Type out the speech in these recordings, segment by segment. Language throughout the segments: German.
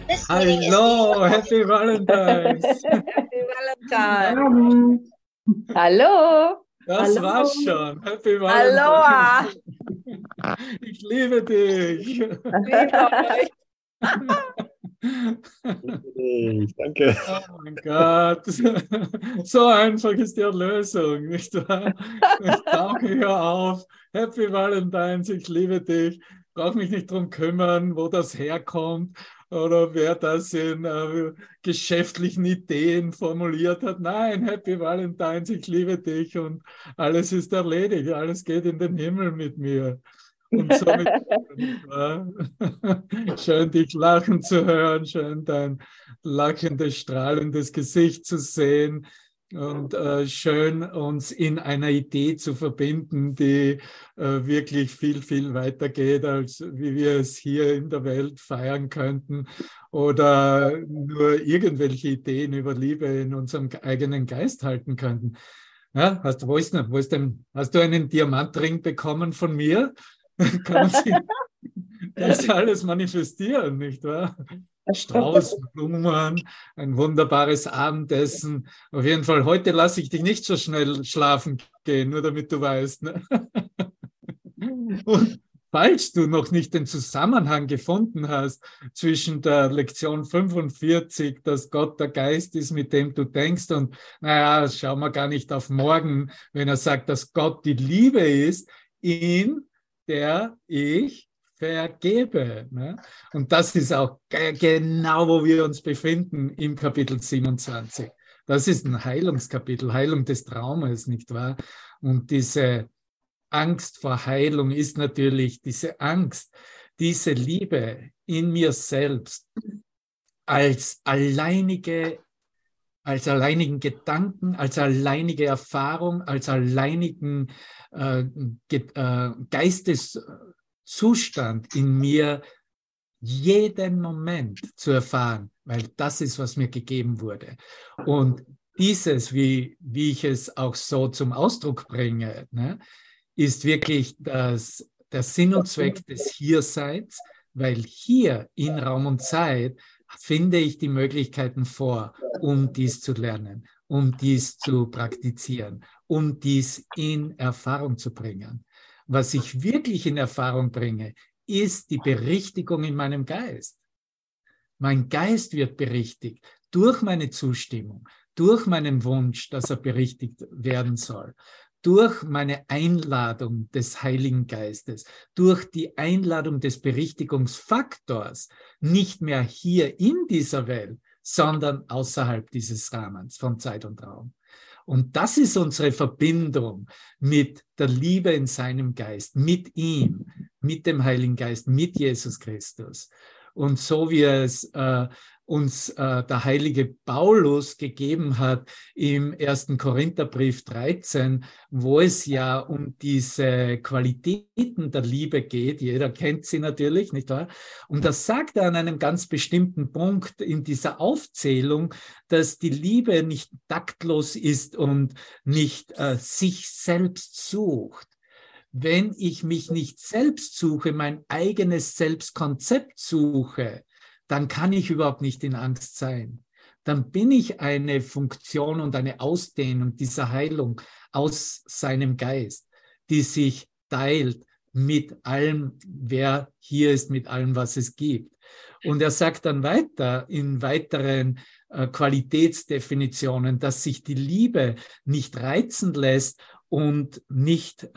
Hallo, Happy Valentine's. Happy Valentine. Abend. Hallo. Das war's Hallo. schon. Happy Aloha. Valentine's. Ich liebe dich. Liebe euch. Danke. Oh mein Gott. So einfach ist die Erlösung, nicht wahr? Ich tauche hier auf. Happy Valentine's, ich liebe dich. Brauche mich nicht drum kümmern, wo das herkommt oder wer das in geschäftlichen Ideen formuliert hat. Nein, Happy Valentine's, ich liebe dich und alles ist erledigt. Alles geht in den Himmel mit mir. Und somit, nicht wahr? Schön, dich lachen zu hören, schön dein lachendes, strahlendes Gesicht zu sehen und schön uns in einer Idee zu verbinden, die wirklich viel, viel weiter geht, als wie wir es hier in der Welt feiern könnten oder nur irgendwelche Ideen über Liebe in unserem eigenen Geist halten könnten. Ja, hast du einen Diamantring bekommen von mir? Kann man sich das alles manifestieren, nicht wahr? Strauß, Blumen, ein wunderbares Abendessen. Auf jeden Fall, heute lasse ich dich nicht so schnell schlafen gehen, nur damit du weißt. Ne? Und falls du noch nicht den Zusammenhang gefunden hast zwischen der Lektion 45, dass Gott der Geist ist, mit dem du denkst, und naja, schauen wir gar nicht auf morgen, wenn er sagt, dass Gott die Liebe ist, in der ich vergebe. Ne? Und das ist auch genau, wo wir uns befinden im Kapitel 27. Das ist ein Heilungskapitel, Heilung des Traumes, nicht wahr? Und diese Angst vor Heilung ist natürlich diese Angst, diese Liebe in mir selbst als alleinigen Gedanken, als alleinige Erfahrung, als alleinigen Geisteszustand in mir jeden Moment zu erfahren, weil das ist, was mir gegeben wurde. Und dieses, wie ich es auch so zum Ausdruck bringe, ne, ist wirklich der Sinn und Zweck des Hierseins, weil hier in Raum und Zeit finde ich die Möglichkeiten vor, um dies zu lernen, um dies zu praktizieren, um dies in Erfahrung zu bringen. Was ich wirklich in Erfahrung bringe, ist die Berichtigung in meinem Geist. Mein Geist wird berichtigt durch meine Zustimmung, durch meinen Wunsch, dass er berichtigt werden soll, durch meine Einladung des Heiligen Geistes, durch die Einladung des Berichtigungsfaktors, nicht mehr hier in dieser Welt, sondern außerhalb dieses Rahmens von Zeit und Raum. Und das ist unsere Verbindung mit der Liebe in seinem Geist, mit ihm, mit dem Heiligen Geist, mit Jesus Christus. Und so wie es uns der heilige Paulus gegeben hat im 1. Korintherbrief 13, wo es ja um diese Qualitäten der Liebe geht. Jeder kennt sie natürlich, nicht wahr? Und das sagt er an einem ganz bestimmten Punkt in dieser Aufzählung, dass die Liebe nicht taktlos ist und nicht sich selbst sucht. Wenn ich mich nicht selbst suche, mein eigenes Selbstkonzept suche, dann kann ich überhaupt nicht in Angst sein. Dann bin ich eine Funktion und eine Ausdehnung dieser Heilung aus seinem Geist, die sich teilt mit allem, wer hier ist, mit allem, was es gibt. Und er sagt dann weiter in weiteren Qualitätsdefinitionen, dass sich die Liebe nicht reizen lässt und nicht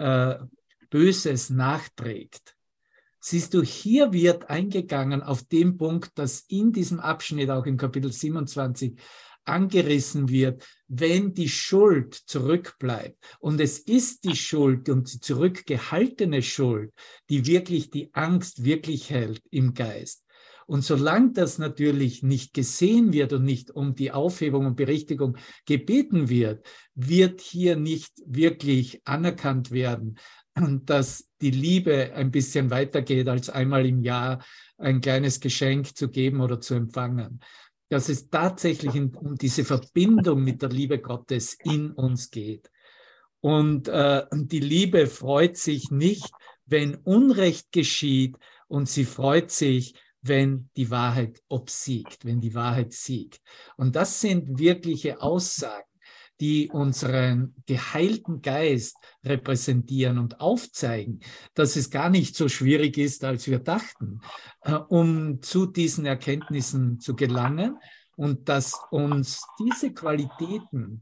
Böses nachträgt. Siehst du, hier wird eingegangen auf den Punkt, dass in diesem Abschnitt, auch im Kapitel 27, angerissen wird, wenn die Schuld zurückbleibt. Und es ist die Schuld und die zurückgehaltene Schuld, die wirklich die Angst wirklich hält im Geist. Und solange das natürlich nicht gesehen wird und nicht um die Aufhebung und Berichtigung gebeten wird, wird hier nicht wirklich anerkannt werden, dass die Liebe ein bisschen weitergeht, als einmal im Jahr ein kleines Geschenk zu geben oder zu empfangen. Dass es tatsächlich um diese Verbindung mit der Liebe Gottes in uns geht. Und die Liebe freut sich nicht, wenn Unrecht geschieht, und sie freut sich, wenn die Wahrheit obsiegt, wenn die Wahrheit siegt. Und das sind wirkliche Aussagen, die unseren geheilten Geist repräsentieren und aufzeigen, dass es gar nicht so schwierig ist, als wir dachten, um zu diesen Erkenntnissen zu gelangen und dass uns diese Qualitäten,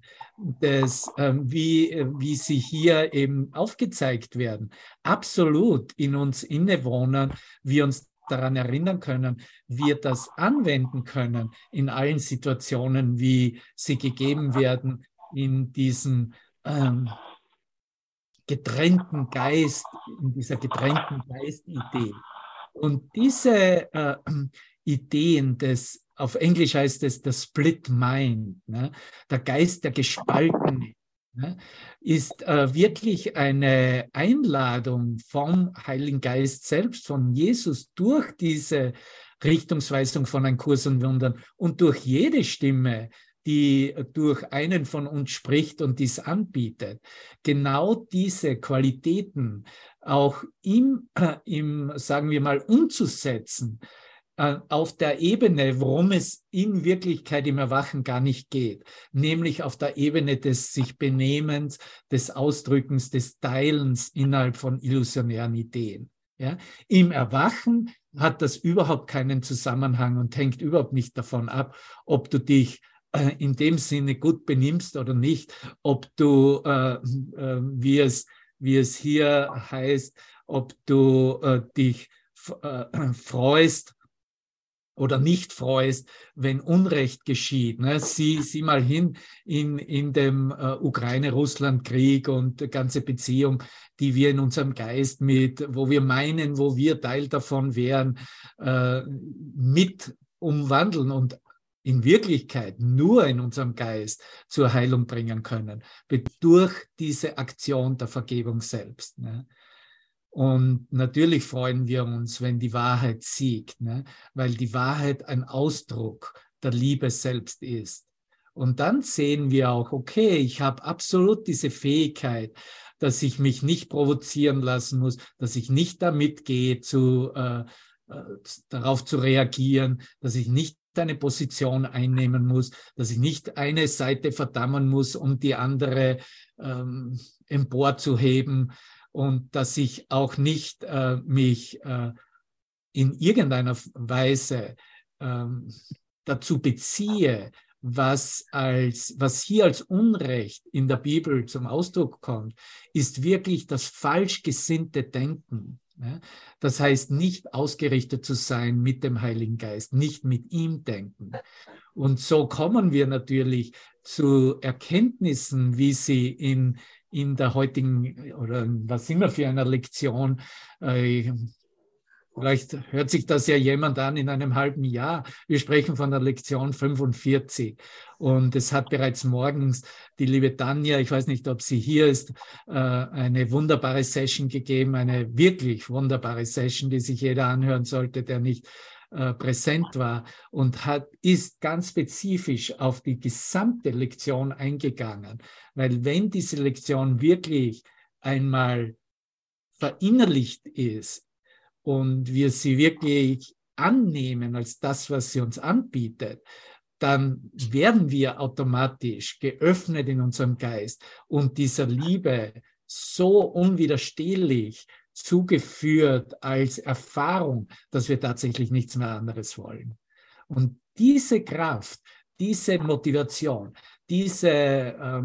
wie sie hier eben aufgezeigt werden, absolut in uns innewohnen, wir uns daran erinnern können, wir das anwenden können in allen Situationen, wie sie gegeben werden, in diesem getrennten Geist, in dieser getrennten Geistidee. Und diese Ideen auf Englisch heißt es der Split Mind, ne? Der Geist der Gespaltenen, ne? Ist wirklich eine Einladung vom Heiligen Geist selbst, von Jesus, durch diese Richtungsweisung von Ein Kurs in Wundern und durch jede Stimme, die durch einen von uns spricht und dies anbietet, genau diese Qualitäten auch sagen wir mal, umzusetzen, auf der Ebene, worum es in Wirklichkeit im Erwachen gar nicht geht, nämlich auf der Ebene des sich Benehmens, des Ausdrückens, des Teilens innerhalb von illusionären Ideen. Ja? Im Erwachen hat das überhaupt keinen Zusammenhang und hängt überhaupt nicht davon ab, ob du dich in dem Sinne gut benimmst oder nicht, ob du, wie es hier heißt, ob du dich freust oder nicht freust, wenn Unrecht geschieht. Ne? Sieh mal hin in dem Ukraine-Russland-Krieg und die ganze Beziehung, die wir in unserem Geist wo wir meinen, wo wir Teil davon wären, mit umwandeln und in Wirklichkeit nur in unserem Geist zur Heilung bringen können, durch diese Aktion der Vergebung selbst. Ne? Und natürlich freuen wir uns, wenn die Wahrheit siegt, ne? Weil die Wahrheit ein Ausdruck der Liebe selbst ist. Und dann sehen wir auch, okay, ich habe absolut diese Fähigkeit, dass ich mich nicht provozieren lassen muss, dass ich nicht damit gehe, darauf zu reagieren, dass ich nicht eine Position einnehmen muss, dass ich nicht eine Seite verdammen muss, um die andere emporzuheben, und dass ich auch nicht mich in irgendeiner Weise dazu beziehe, was hier als Unrecht in der Bibel zum Ausdruck kommt, ist wirklich das falsch gesinnte Denken. Das heißt, nicht ausgerichtet zu sein mit dem Heiligen Geist, nicht mit ihm denken. Und so kommen wir natürlich zu Erkenntnissen, wie sie in der heutigen, oder was immer für einer Lektion, vielleicht hört sich das ja jemand an in einem halben Jahr. Wir sprechen von der Lektion 45. Und es hat bereits morgens die liebe Tanja, ich weiß nicht, ob sie hier ist, eine wunderbare Session gegeben, eine wirklich wunderbare Session, die sich jeder anhören sollte, der nicht präsent war, und ist ganz spezifisch auf die gesamte Lektion eingegangen. Weil wenn diese Lektion wirklich einmal verinnerlicht ist, und wir sie wirklich annehmen als das, was sie uns anbietet, dann werden wir automatisch geöffnet in unserem Geist und dieser Liebe so unwiderstehlich zugeführt als Erfahrung, dass wir tatsächlich nichts mehr anderes wollen. Und diese Kraft, diese Motivation, diese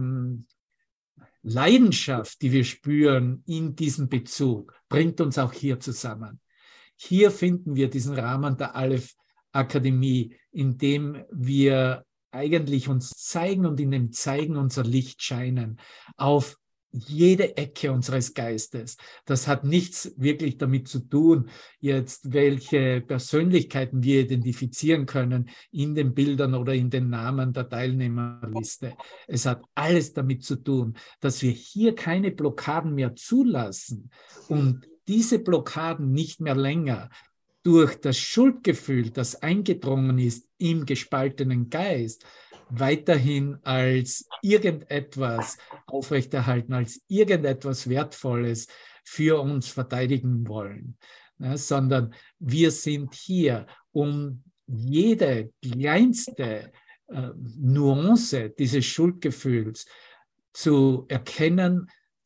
Leidenschaft, die wir spüren in diesem Bezug, bringt uns auch hier zusammen. Hier finden wir diesen Rahmen der Aleph-Akademie, in dem wir eigentlich uns zeigen und in dem Zeigen unser Licht scheinen auf jede Ecke unseres Geistes. Das hat nichts wirklich damit zu tun, jetzt welche Persönlichkeiten wir identifizieren können in den Bildern oder in den Namen der Teilnehmerliste. Es hat alles damit zu tun, dass wir hier keine Blockaden mehr zulassen und diese Blockaden nicht mehr länger durch das Schuldgefühl, das eingedrungen ist im gespaltenen Geist, weiterhin als irgendetwas aufrechterhalten, als irgendetwas Wertvolles für uns verteidigen wollen, sondern wir sind hier, um jede kleinste Nuance dieses Schuldgefühls zu erkennen,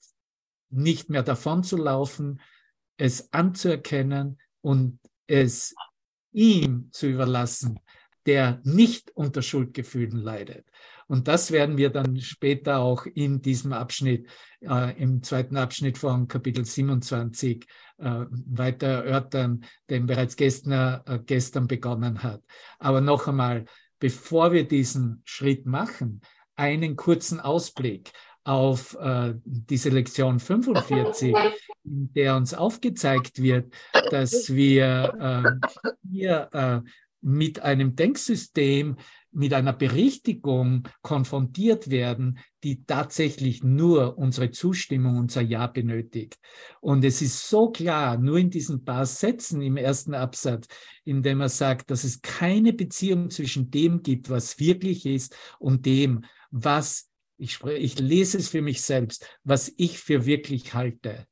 nicht mehr davon zu laufen, es anzuerkennen und es ihm zu überlassen, der nicht unter Schuldgefühlen leidet. Und das werden wir dann später auch in diesem Abschnitt, im zweiten Abschnitt von Kapitel 27 weiter erörtern, den bereits gestern begonnen hat. Aber noch einmal, bevor wir diesen Schritt machen, einen kurzen Ausblick auf diese Lektion 45, in der uns aufgezeigt wird, dass wir hier mit einem Denksystem, mit einer Berichtigung konfrontiert werden, die tatsächlich nur unsere Zustimmung, unser Ja benötigt. Und es ist so klar, nur in diesen paar Sätzen im ersten Absatz, in dem er sagt, dass es keine Beziehung zwischen dem gibt, was wirklich ist, und dem, was, ich lese es für mich selbst, was ich für wirklich halte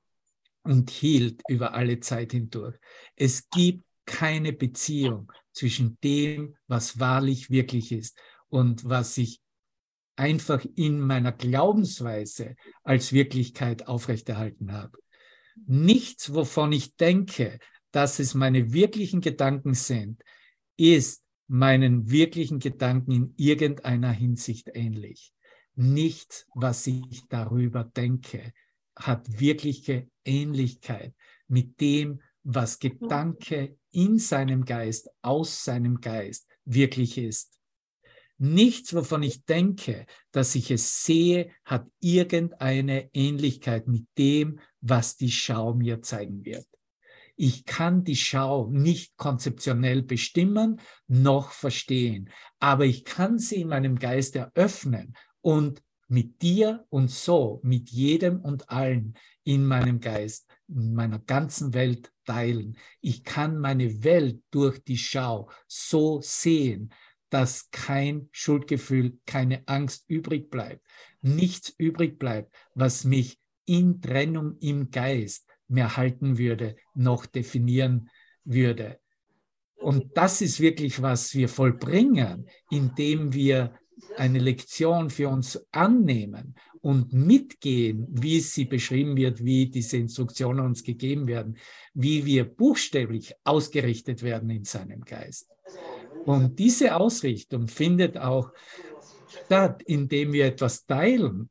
und hielt über alle Zeit hindurch. Es gibt keine Beziehung zwischen dem, was wahrlich wirklich ist und was ich einfach in meiner Glaubensweise als Wirklichkeit aufrechterhalten habe. Nichts, wovon ich denke, dass es meine wirklichen Gedanken sind, ist meinen wirklichen Gedanken in irgendeiner Hinsicht ähnlich. Nichts, was ich darüber denke, hat wirkliche Ähnlichkeit mit dem, was Gedanke in seinem Geist, aus seinem Geist wirklich ist. Nichts, wovon ich denke, dass ich es sehe, hat irgendeine Ähnlichkeit mit dem, was die Schau mir zeigen wird. Ich kann die Schau nicht konzeptionell bestimmen, noch verstehen, aber ich kann sie in meinem Geist eröffnen und mit dir und so, mit jedem und allen in meinem Geist, in meiner ganzen Welt teilen. Ich kann meine Welt durch die Schau so sehen, dass kein Schuldgefühl, keine Angst übrig bleibt. Nichts übrig bleibt, was mich in Trennung im Geist mehr halten würde, noch definieren würde. Und das ist wirklich, was wir vollbringen, indem wir eine Lektion für uns annehmen und mitgehen, wie sie beschrieben wird, wie diese Instruktionen uns gegeben werden, wie wir buchstäblich ausgerichtet werden in seinem Geist. Und diese Ausrichtung findet auch statt, indem wir etwas teilen,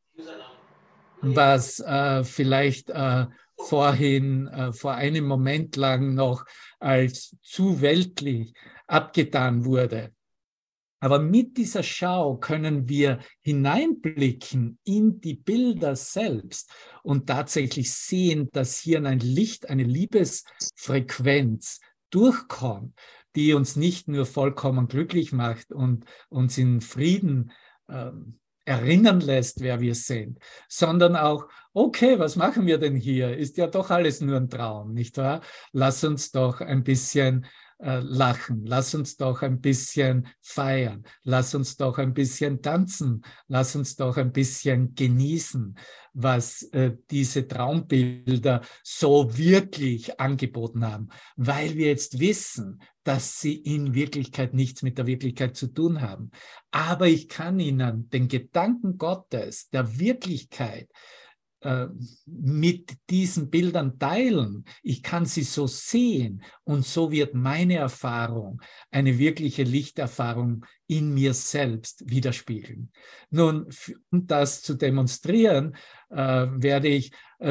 was vielleicht vorhin vor einem Moment lang noch als zu weltlich abgetan wurde. Aber mit dieser Schau können wir hineinblicken in die Bilder selbst und tatsächlich sehen, dass hier ein Licht, eine Liebesfrequenz durchkommt, die uns nicht nur vollkommen glücklich macht und uns in Frieden erinnern lässt, wer wir sind, sondern auch, okay, was machen wir denn hier? Ist ja doch alles nur ein Traum, nicht wahr? Lass uns doch ein bisschen lachen, lass uns doch ein bisschen feiern, lass uns doch ein bisschen tanzen, lass uns doch ein bisschen genießen, was diese Traumbilder so wirklich angeboten haben, weil wir jetzt wissen, dass sie in Wirklichkeit nichts mit der Wirklichkeit zu tun haben. Aber ich kann Ihnen den Gedanken Gottes, der Wirklichkeit, mit diesen Bildern teilen. Ich kann sie so sehen und so wird meine Erfahrung, eine wirkliche Lichterfahrung in mir selbst widerspiegeln. Nun, um das zu demonstrieren, werde ich,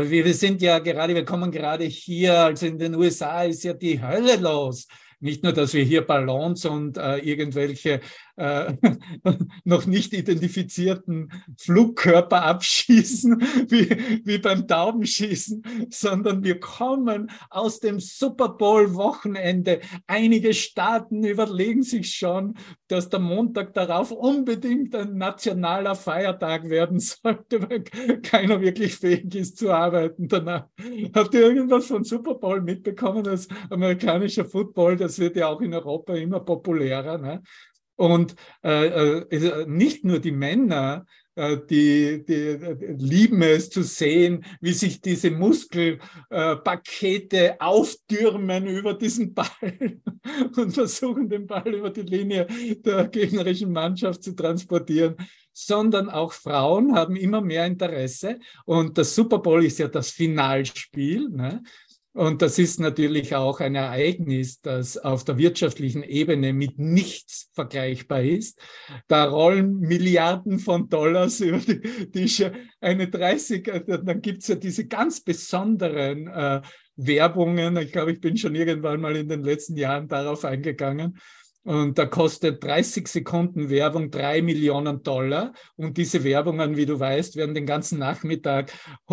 wir kommen gerade hier, also in den USA ist ja die Hölle los. Nicht nur, dass wir hier Ballons und irgendwelche noch nicht identifizierten Flugkörper abschießen, wie beim Taubenschießen, sondern wir kommen aus dem Super Bowl-Wochenende. Einige Staaten überlegen sich schon, dass der Montag darauf unbedingt ein nationaler Feiertag werden sollte, weil keiner wirklich fähig ist zu arbeiten danach. Habt ihr irgendwas von Super Bowl mitbekommen? Das amerikanische Football, das wird ja auch in Europa immer populärer, ne? Und nicht nur die Männer die lieben es zu sehen, wie sich diese Muskelpakete auftürmen über diesen Ball und versuchen, den Ball über die Linie der gegnerischen Mannschaft zu transportieren, sondern auch Frauen haben immer mehr Interesse. Und das Super Bowl ist ja das Finalspiel, ne? Und das ist natürlich auch ein Ereignis, das auf der wirtschaftlichen Ebene mit nichts vergleichbar ist. Da rollen Milliarden von Dollars über die Tische. Dann gibt es ja diese ganz besonderen Werbungen. Ich glaube, ich bin schon irgendwann mal in den letzten Jahren darauf eingegangen. Und da kostet 30 Sekunden Werbung 3 Millionen Dollar. Und diese Werbungen, wie du weißt, werden den ganzen Nachmittag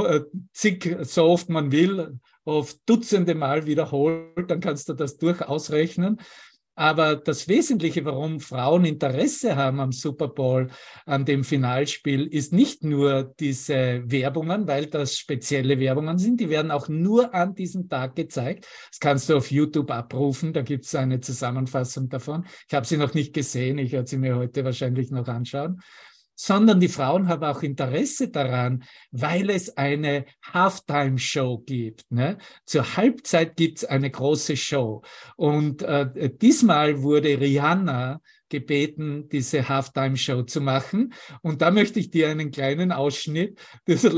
so oft man will, oft Dutzende Mal wiederholt. Dann kannst du das durchaus rechnen. Aber das Wesentliche, warum Frauen Interesse haben am Super Bowl, an dem Finalspiel, ist nicht nur diese Werbungen, weil das spezielle Werbungen sind. Die werden auch nur an diesem Tag gezeigt. Das kannst du auf YouTube abrufen. Da gibt es eine Zusammenfassung davon. Ich habe sie noch nicht gesehen. Ich werde sie mir heute wahrscheinlich noch anschauen. Sondern die Frauen haben auch Interesse daran, weil es eine Halftime-Show gibt. Ne? Zur Halbzeit gibt es eine große Show. Und diesmal wurde Rihanna gebeten, diese Halftime-Show zu machen. Und da möchte ich dir einen kleinen Ausschnitt dieses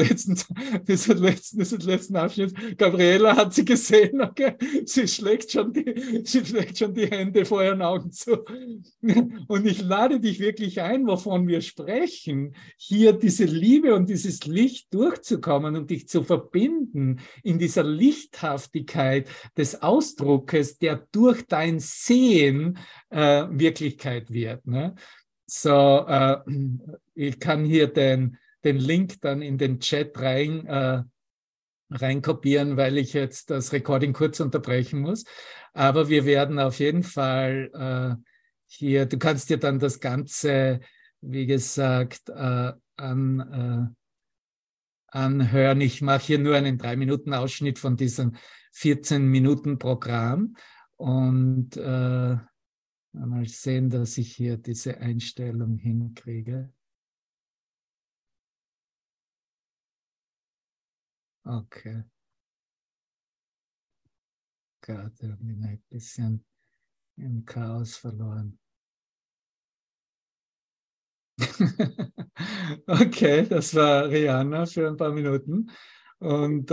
letzten Abschnitts. Gabriela hat sie gesehen, okay? Sie schlägt schon die Hände vor ihren Augen zu. Und ich lade dich wirklich ein, wovon wir sprechen, hier diese Liebe und dieses Licht durchzukommen und dich zu verbinden in dieser Lichthaftigkeit des Ausdruckes, der durch dein Sehen Wirklichkeit wird. Ne? So, ich kann hier den Link dann in den Chat reinkopieren, weil ich jetzt das Recording kurz unterbrechen muss. Aber wir werden auf jeden Fall hier, du kannst dir dann das Ganze, wie gesagt, anhören. Ich mache hier nur einen 3-Minuten-Ausschnitt von diesem 14-Minuten-Programm und mal sehen, dass ich hier diese Einstellung hinkriege. Okay. Gott, ich bin ein bisschen im Chaos verloren. Okay, das war Rihanna für ein paar Minuten. Und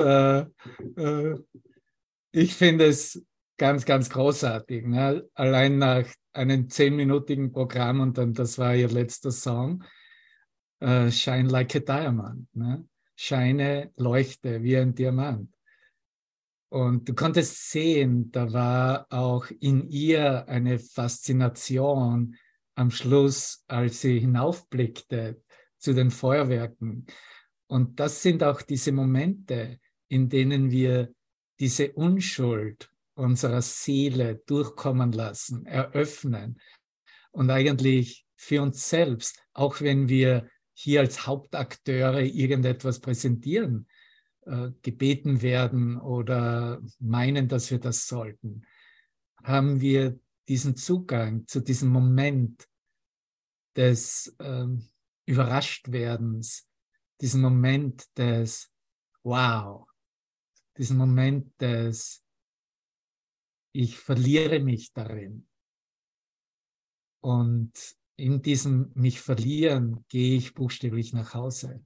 ich finde es ganz, ganz großartig. Ne? Allein nach einem 10-minütigen Programm und dann, das war ihr letzter Song, Shine Like a Diamond. Ne? Scheine, leuchte wie ein Diamant. Und du konntest sehen, da war auch in ihr eine Faszination am Schluss, als sie hinaufblickte zu den Feuerwerken. Und das sind auch diese Momente, in denen wir diese Unschuld unserer Seele durchkommen lassen, eröffnen und eigentlich für uns selbst, auch wenn wir hier als Hauptakteure irgendetwas präsentieren, gebeten werden oder meinen, dass wir das sollten, haben wir diesen Zugang zu diesem Moment des Überraschtwerdens, diesen Moment des Wow, diesen Moment des Ich verliere mich darin. Und in diesem mich verlieren gehe ich buchstäblich nach Hause.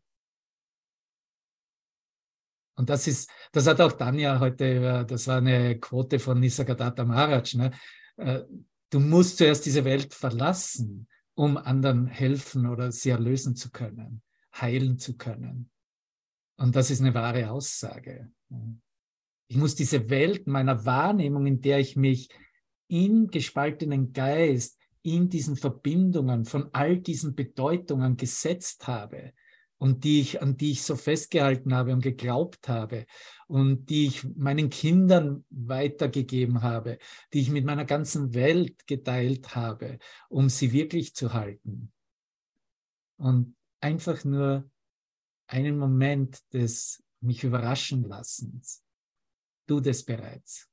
Und das hat auch Tanja heute, das war eine Quote von Nisargadatta Maharaj, ne? Du musst zuerst diese Welt verlassen, um anderen helfen oder sie erlösen zu können, heilen zu können. Und das ist eine wahre Aussage. Ich muss diese Welt meiner Wahrnehmung, in der ich mich im gespaltenen Geist, in diesen Verbindungen von all diesen Bedeutungen gesetzt habe, und an die ich so festgehalten habe und geglaubt habe und die ich meinen Kindern weitergegeben habe, die ich mit meiner ganzen Welt geteilt habe, um sie wirklich zu halten. Und einfach nur einen Moment des mich überraschen Lassens. Tu das bereits.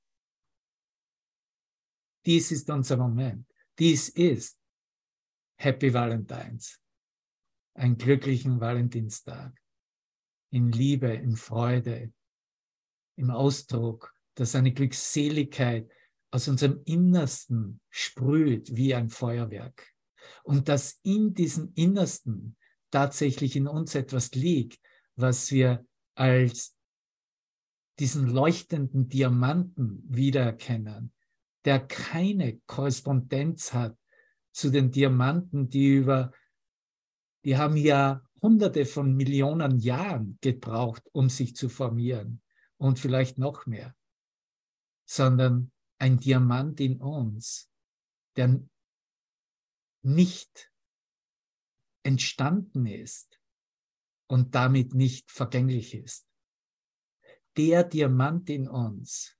Dies ist unser Moment. Dies ist Happy Valentines. einen glücklichen Valentinstag. In Liebe, in Freude, im Ausdruck, dass eine Glückseligkeit aus unserem Innersten sprüht wie ein Feuerwerk. Und dass in diesem Innersten tatsächlich in uns etwas liegt, was wir als diesen leuchtenden Diamanten wiedererkennen, der keine Korrespondenz hat zu den Diamanten, die haben ja Hunderte von Millionen Jahren gebraucht, um sich zu formieren und vielleicht noch mehr, sondern ein Diamant in uns, der nicht entstanden ist und damit nicht vergänglich ist. Der Diamant in uns,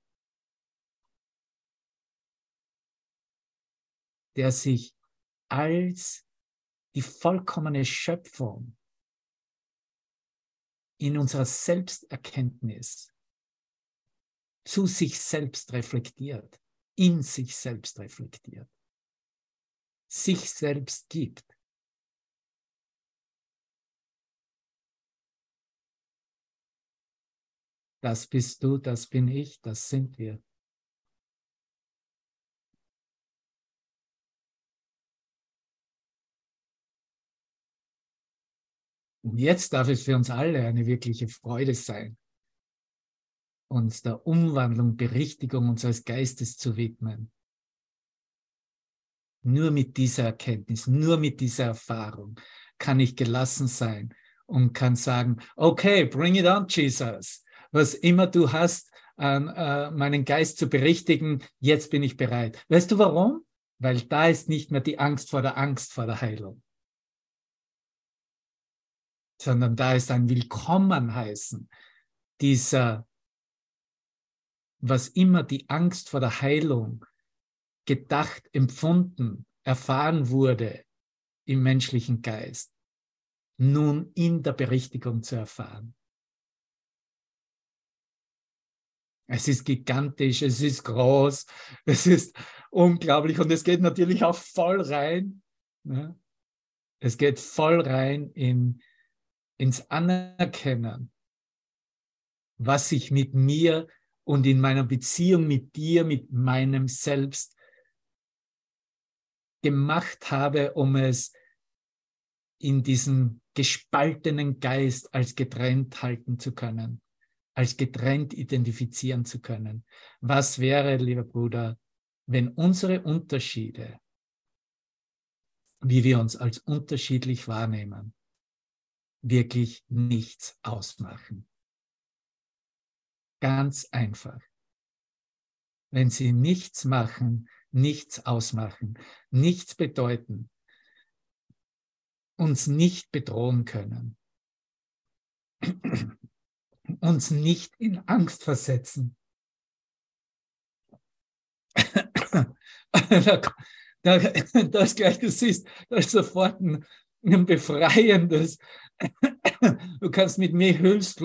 der sich als die vollkommene Schöpfung in unserer Selbsterkenntnis zu sich selbst reflektiert, in sich selbst reflektiert, sich selbst gibt. Das bist du, das bin ich, das sind wir. Und jetzt darf es für uns alle eine wirkliche Freude sein, uns der Umwandlung, Berichtigung unseres Geistes zu widmen. Nur mit dieser Erkenntnis, nur mit dieser Erfahrung kann ich gelassen sein und kann sagen, okay, bring it on, Jesus. Was immer du hast, meinen Geist zu berichtigen, jetzt bin ich bereit. Weißt du warum? Weil da ist nicht mehr die Angst vor der Heilung, sondern da ist ein Willkommenheißen dieser, was immer die Angst vor der Heilung gedacht, empfunden, erfahren wurde im menschlichen Geist, nun in der Berichtigung zu erfahren. Es ist gigantisch, es ist groß, es ist unglaublich und es geht natürlich auch voll rein. Ne? Es geht voll rein ins Anerkennen, was ich mit mir und in meiner Beziehung mit dir, mit meinem Selbst gemacht habe, um es in diesem gespaltenen Geist als getrennt halten zu können, als getrennt identifizieren zu können. Was wäre, lieber Bruder, wenn unsere Unterschiede, wie wir uns als unterschiedlich wahrnehmen, wirklich nichts ausmachen? Ganz einfach. Wenn sie nichts machen, nichts ausmachen, nichts bedeuten, uns nicht bedrohen können, uns nicht in Angst versetzen. Das gleich, du siehst, da ist sofort ein befreiendes, du kannst mit mir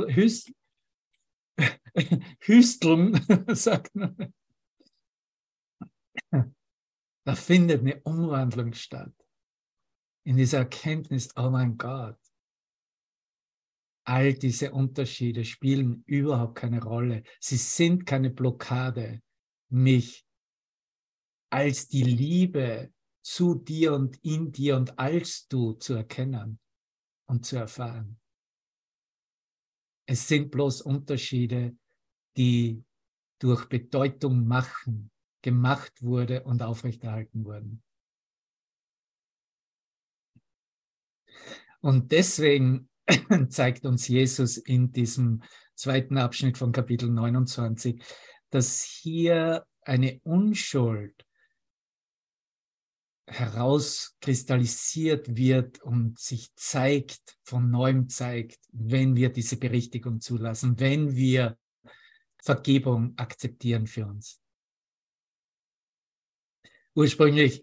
hüsteln, sagt man. Da findet eine Umwandlung statt. In dieser Erkenntnis, oh mein Gott, all diese Unterschiede spielen überhaupt keine Rolle. Sie sind keine Blockade, mich als die Liebe zu dir und in dir und als du zu erkennen und zu erfahren. Es sind bloß Unterschiede, die durch Bedeutung machen, gemacht wurde und aufrechterhalten wurden. Und deswegen zeigt uns Jesus in diesem zweiten Abschnitt von Kapitel 29, dass hier eine Unschuld herauskristallisiert wird und sich zeigt, von neuem zeigt, wenn wir diese Berichtigung zulassen, wenn wir Vergebung akzeptieren für uns. Ursprünglich,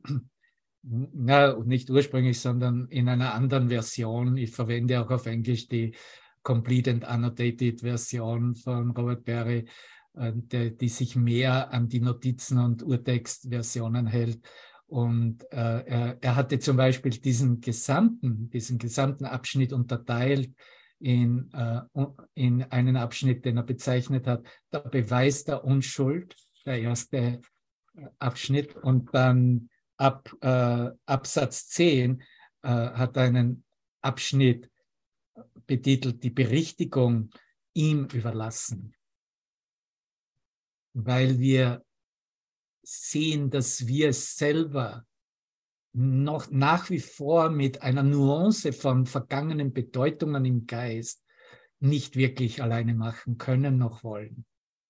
nicht ursprünglich, sondern in einer anderen Version, ich verwende auch auf Englisch die Complete and Annotated Version von Robert Berry, die sich mehr an die Notizen- und Urtextversionen hält. Und er hatte zum Beispiel diesen gesamten Abschnitt unterteilt in einen Abschnitt, den er bezeichnet hat, der Beweis der Unschuld, der erste Abschnitt. Und dann ab Absatz 10 hat er einen Abschnitt betitelt, die Berichtigung ihm überlassen. Weil wir sehen, dass wir es selber noch nach wie vor mit einer Nuance von vergangenen Bedeutungen im Geist nicht wirklich alleine machen können noch wollen.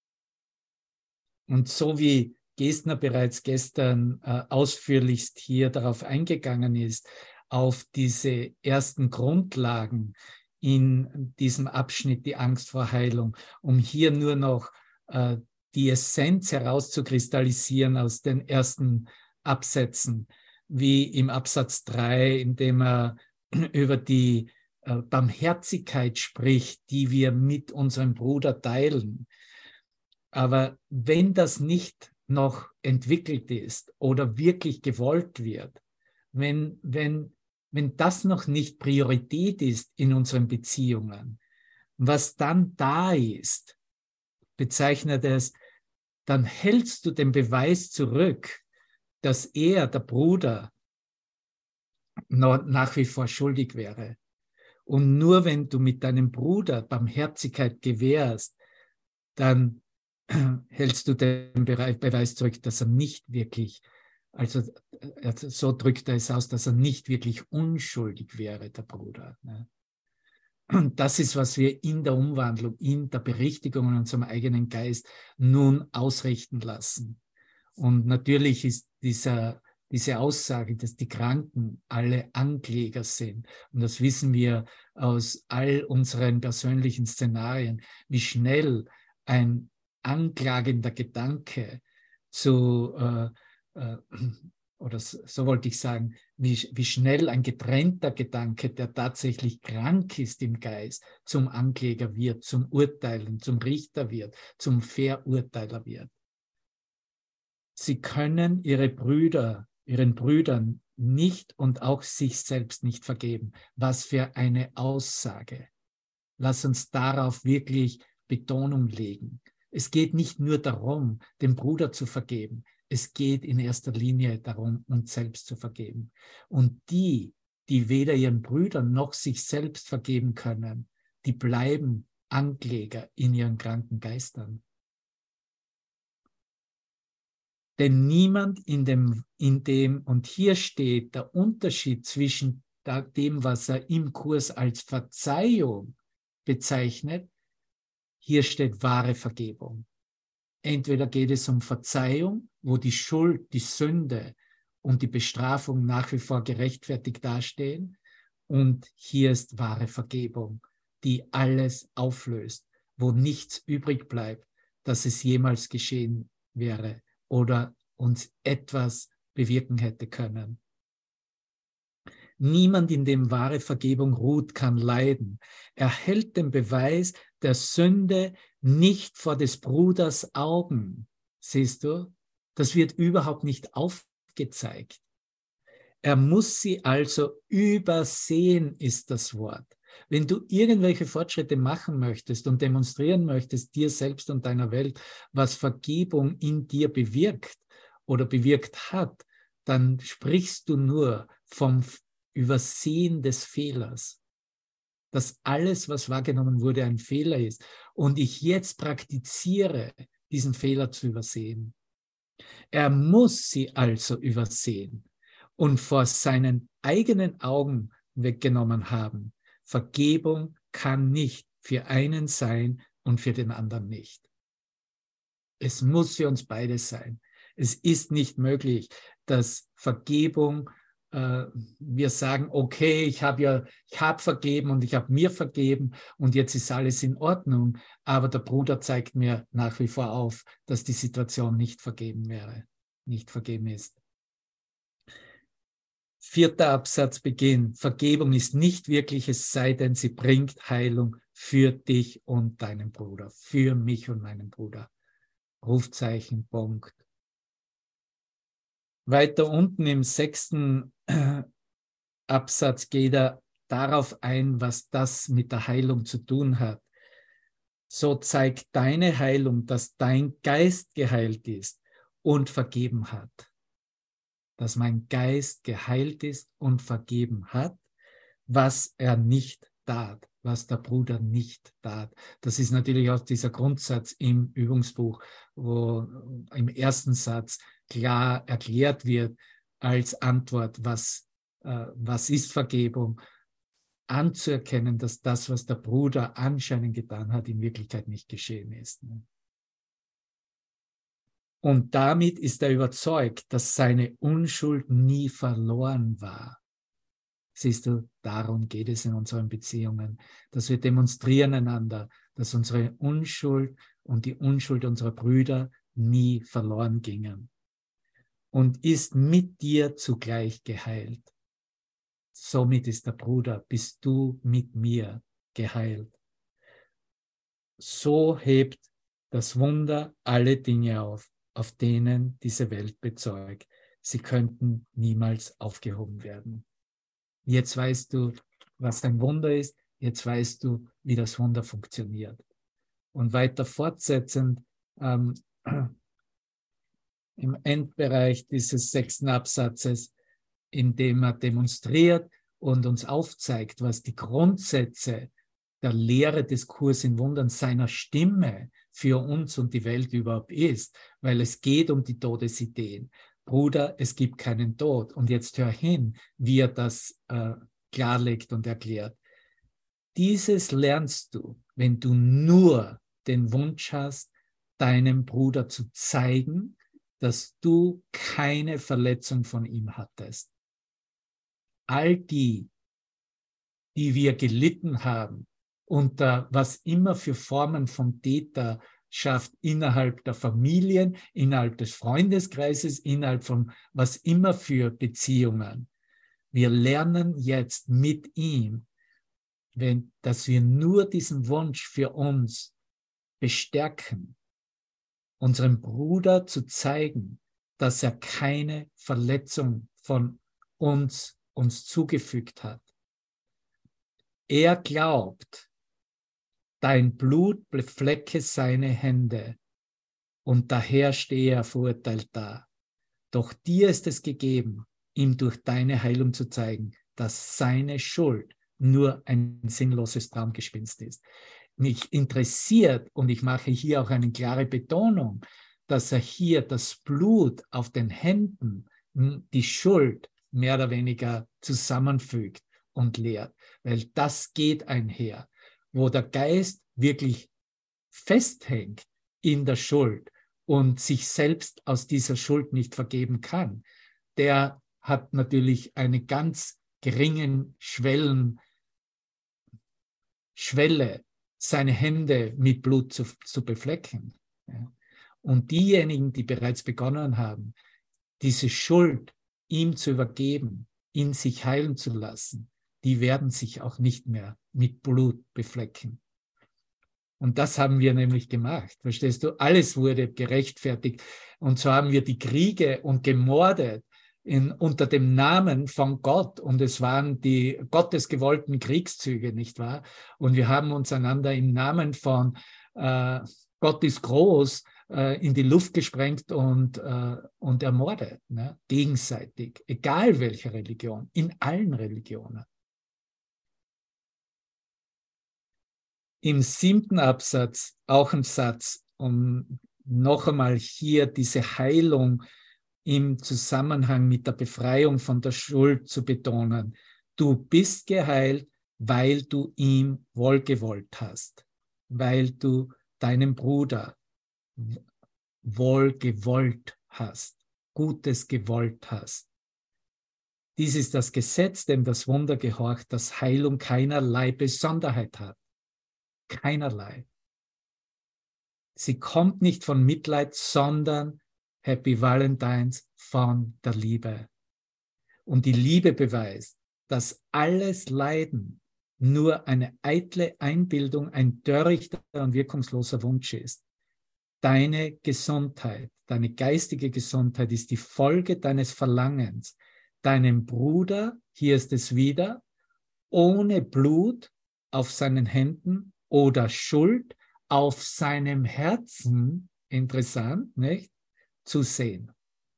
Und so wie Gestner bereits gestern ausführlichst hier darauf eingegangen ist, auf diese ersten Grundlagen in diesem Abschnitt, die Angst vor Heilung, um hier nur noch die Essenz herauszukristallisieren aus den ersten Absätzen, wie im Absatz 3, in dem er über die Barmherzigkeit spricht, die wir mit unserem Bruder teilen. Aber wenn das nicht noch entwickelt ist oder wirklich gewollt wird, wenn das noch nicht Priorität ist in unseren Beziehungen, was dann da ist, bezeichnet es, dann hältst du den Beweis zurück, dass er, der Bruder, noch nach wie vor schuldig wäre. Und nur wenn du mit deinem Bruder Barmherzigkeit gewährst, dann hältst du den Beweis zurück, dass er nicht wirklich, also so drückt er es aus, dass er nicht wirklich unschuldig wäre, der Bruder. Und das ist, was wir in der Umwandlung, in der Berichtigung in unserem eigenen Geist nun ausrichten lassen. Und natürlich ist diese Aussage, dass die Kranken alle Ankläger sind, und das wissen wir aus all unseren persönlichen Szenarien, wie schnell ein anklagender Gedanke oder so wollte ich sagen, wie schnell ein getrennter Gedanke, der tatsächlich krank ist im Geist, zum Ankläger wird, zum Urteilen, zum Richter wird, zum Verurteiler wird. Sie können ihren Brüdern nicht und auch sich selbst nicht vergeben. Was für eine Aussage. Lass uns darauf wirklich Betonung legen. Es geht nicht nur darum, dem Bruder zu vergeben. Es geht in erster Linie darum, uns selbst zu vergeben. Und die weder ihren Brüdern noch sich selbst vergeben können, die bleiben Ankläger in ihren kranken Geistern. Denn niemand in dem, und hier steht der Unterschied zwischen dem, was er im Kurs als Verzeihung bezeichnet, hier steht wahre Vergebung. Entweder geht es um Verzeihung, wo die Schuld, die Sünde und die Bestrafung nach wie vor gerechtfertigt dastehen, und hier ist wahre Vergebung, die alles auflöst, wo nichts übrig bleibt, dass es jemals geschehen wäre oder uns etwas bewirken hätte können. Niemand, in dem wahre Vergebung ruht, kann leiden. Er hält den Beweis der Sünde nicht vor des Bruders Augen. Siehst du? Das wird überhaupt nicht aufgezeigt. Er muss sie also übersehen, ist das Wort. Wenn du irgendwelche Fortschritte machen möchtest und demonstrieren möchtest, dir selbst und deiner Welt, was Vergebung in dir bewirkt oder bewirkt hat, dann sprichst du nur vom Übersehen des Fehlers. Dass alles, was wahrgenommen wurde, ein Fehler ist. Und ich jetzt praktiziere, diesen Fehler zu übersehen. Er muss sie also übersehen und vor seinen eigenen Augen weggenommen haben. Vergebung kann nicht für einen sein und für den anderen nicht. Es muss für uns beide sein. Es ist nicht möglich, dass Vergebung, wir sagen, okay, ich habe vergeben und ich habe mir vergeben und jetzt ist alles in Ordnung, aber der Bruder zeigt mir nach wie vor auf, dass die Situation nicht vergeben ist. 4. Absatz Beginn. Vergebung ist nicht wirklich, es sei denn, sie bringt Heilung für dich und deinen Bruder, für mich und meinen Bruder. Rufzeichen, Punkt. Weiter unten im 6. Absatz geht er darauf ein, was das mit der Heilung zu tun hat. So zeigt deine Heilung, dass dein Geist geheilt ist und vergeben hat. Dass mein Geist geheilt ist und vergeben hat, was er nicht tat, was der Bruder nicht tat. Das ist natürlich auch dieser Grundsatz im Übungsbuch, wo im ersten Satz klar erklärt wird als Antwort, was ist Vergebung, anzuerkennen, dass das, was der Bruder anscheinend getan hat, in Wirklichkeit nicht geschehen ist. Und damit ist er überzeugt, dass seine Unschuld nie verloren war. Siehst du, darum geht es in unseren Beziehungen, dass wir demonstrieren einander, dass unsere Unschuld und die Unschuld unserer Brüder nie verloren gingen. Und ist mit dir zugleich geheilt. Somit ist der Bruder, bist du mit mir geheilt. So hebt das Wunder alle Dinge auf denen diese Welt bezeugt. Sie könnten niemals aufgehoben werden. Jetzt weißt du, was ein Wunder ist. Jetzt weißt du, wie das Wunder funktioniert. Und weiter fortsetzend, im Endbereich dieses 6. Absatzes, indem er demonstriert und uns aufzeigt, was die Grundsätze der Lehre des Kurs in Wundern seiner Stimme für uns und die Welt überhaupt ist, weil es geht um die Todesideen. Bruder, es gibt keinen Tod. Und jetzt hör hin, wie er das klarlegt und erklärt. Dieses lernst du, wenn du nur den Wunsch hast, deinem Bruder zu zeigen, dass du keine Verletzung von ihm hattest. All die wir gelitten haben, unter was immer für Formen von Täterschaft innerhalb der Familien, innerhalb des Freundeskreises, innerhalb von was immer für Beziehungen. Wir lernen jetzt mit ihm, dass wir nur diesen Wunsch für uns bestärken, unserem Bruder zu zeigen, dass er keine Verletzung von uns zugefügt hat. Er glaubt, dein Blut beflecke seine Hände und daher stehe er verurteilt da. Doch dir ist es gegeben, ihm durch deine Heilung zu zeigen, dass seine Schuld nur ein sinnloses Traumgespinst ist. Mich interessiert, und ich mache hier auch eine klare Betonung, dass er hier das Blut auf den Händen, die Schuld mehr oder weniger zusammenfügt und lehrt, weil das geht einher, wo der Geist wirklich festhängt in der Schuld und sich selbst aus dieser Schuld nicht vergeben kann. Der hat natürlich eine ganz geringe Schwelle, seine Hände mit Blut zu beflecken. Ja. Und diejenigen, die bereits begonnen haben, diese Schuld ihm zu übergeben, in sich heilen zu lassen, die werden sich auch nicht mehr mit Blut beflecken. Und das haben wir nämlich gemacht, verstehst du? Alles wurde gerechtfertigt. Und so haben wir die Kriege und gemordet unter dem Namen von Gott. Und es waren die gottesgewollten Kriegszüge, nicht wahr? Und wir haben uns einander im Namen von Gott ist groß in die Luft gesprengt und ermordet, ne? Gegenseitig, egal welche Religion, in allen Religionen. Im 7. Absatz auch ein Satz, um noch einmal hier diese Heilung im Zusammenhang mit der Befreiung von der Schuld zu betonen. Du bist geheilt, weil du ihm wohlgewollt hast, weil du deinem Bruder wohlgewollt hast, Gutes gewollt hast. Dies ist das Gesetz, dem das Wunder gehorcht, dass Heilung keinerlei Besonderheit hat. Keinerlei. Sie kommt nicht von Mitleid, sondern Happy Valentines von der Liebe. Und die Liebe beweist, dass alles Leiden nur eine eitle Einbildung, ein törichter und wirkungsloser Wunsch ist. Deine Gesundheit, deine geistige Gesundheit ist die Folge deines Verlangens, deinem Bruder, hier ist es wieder, ohne Blut auf seinen Händen oder Schuld auf seinem Herzen, interessant, nicht, zu sehen.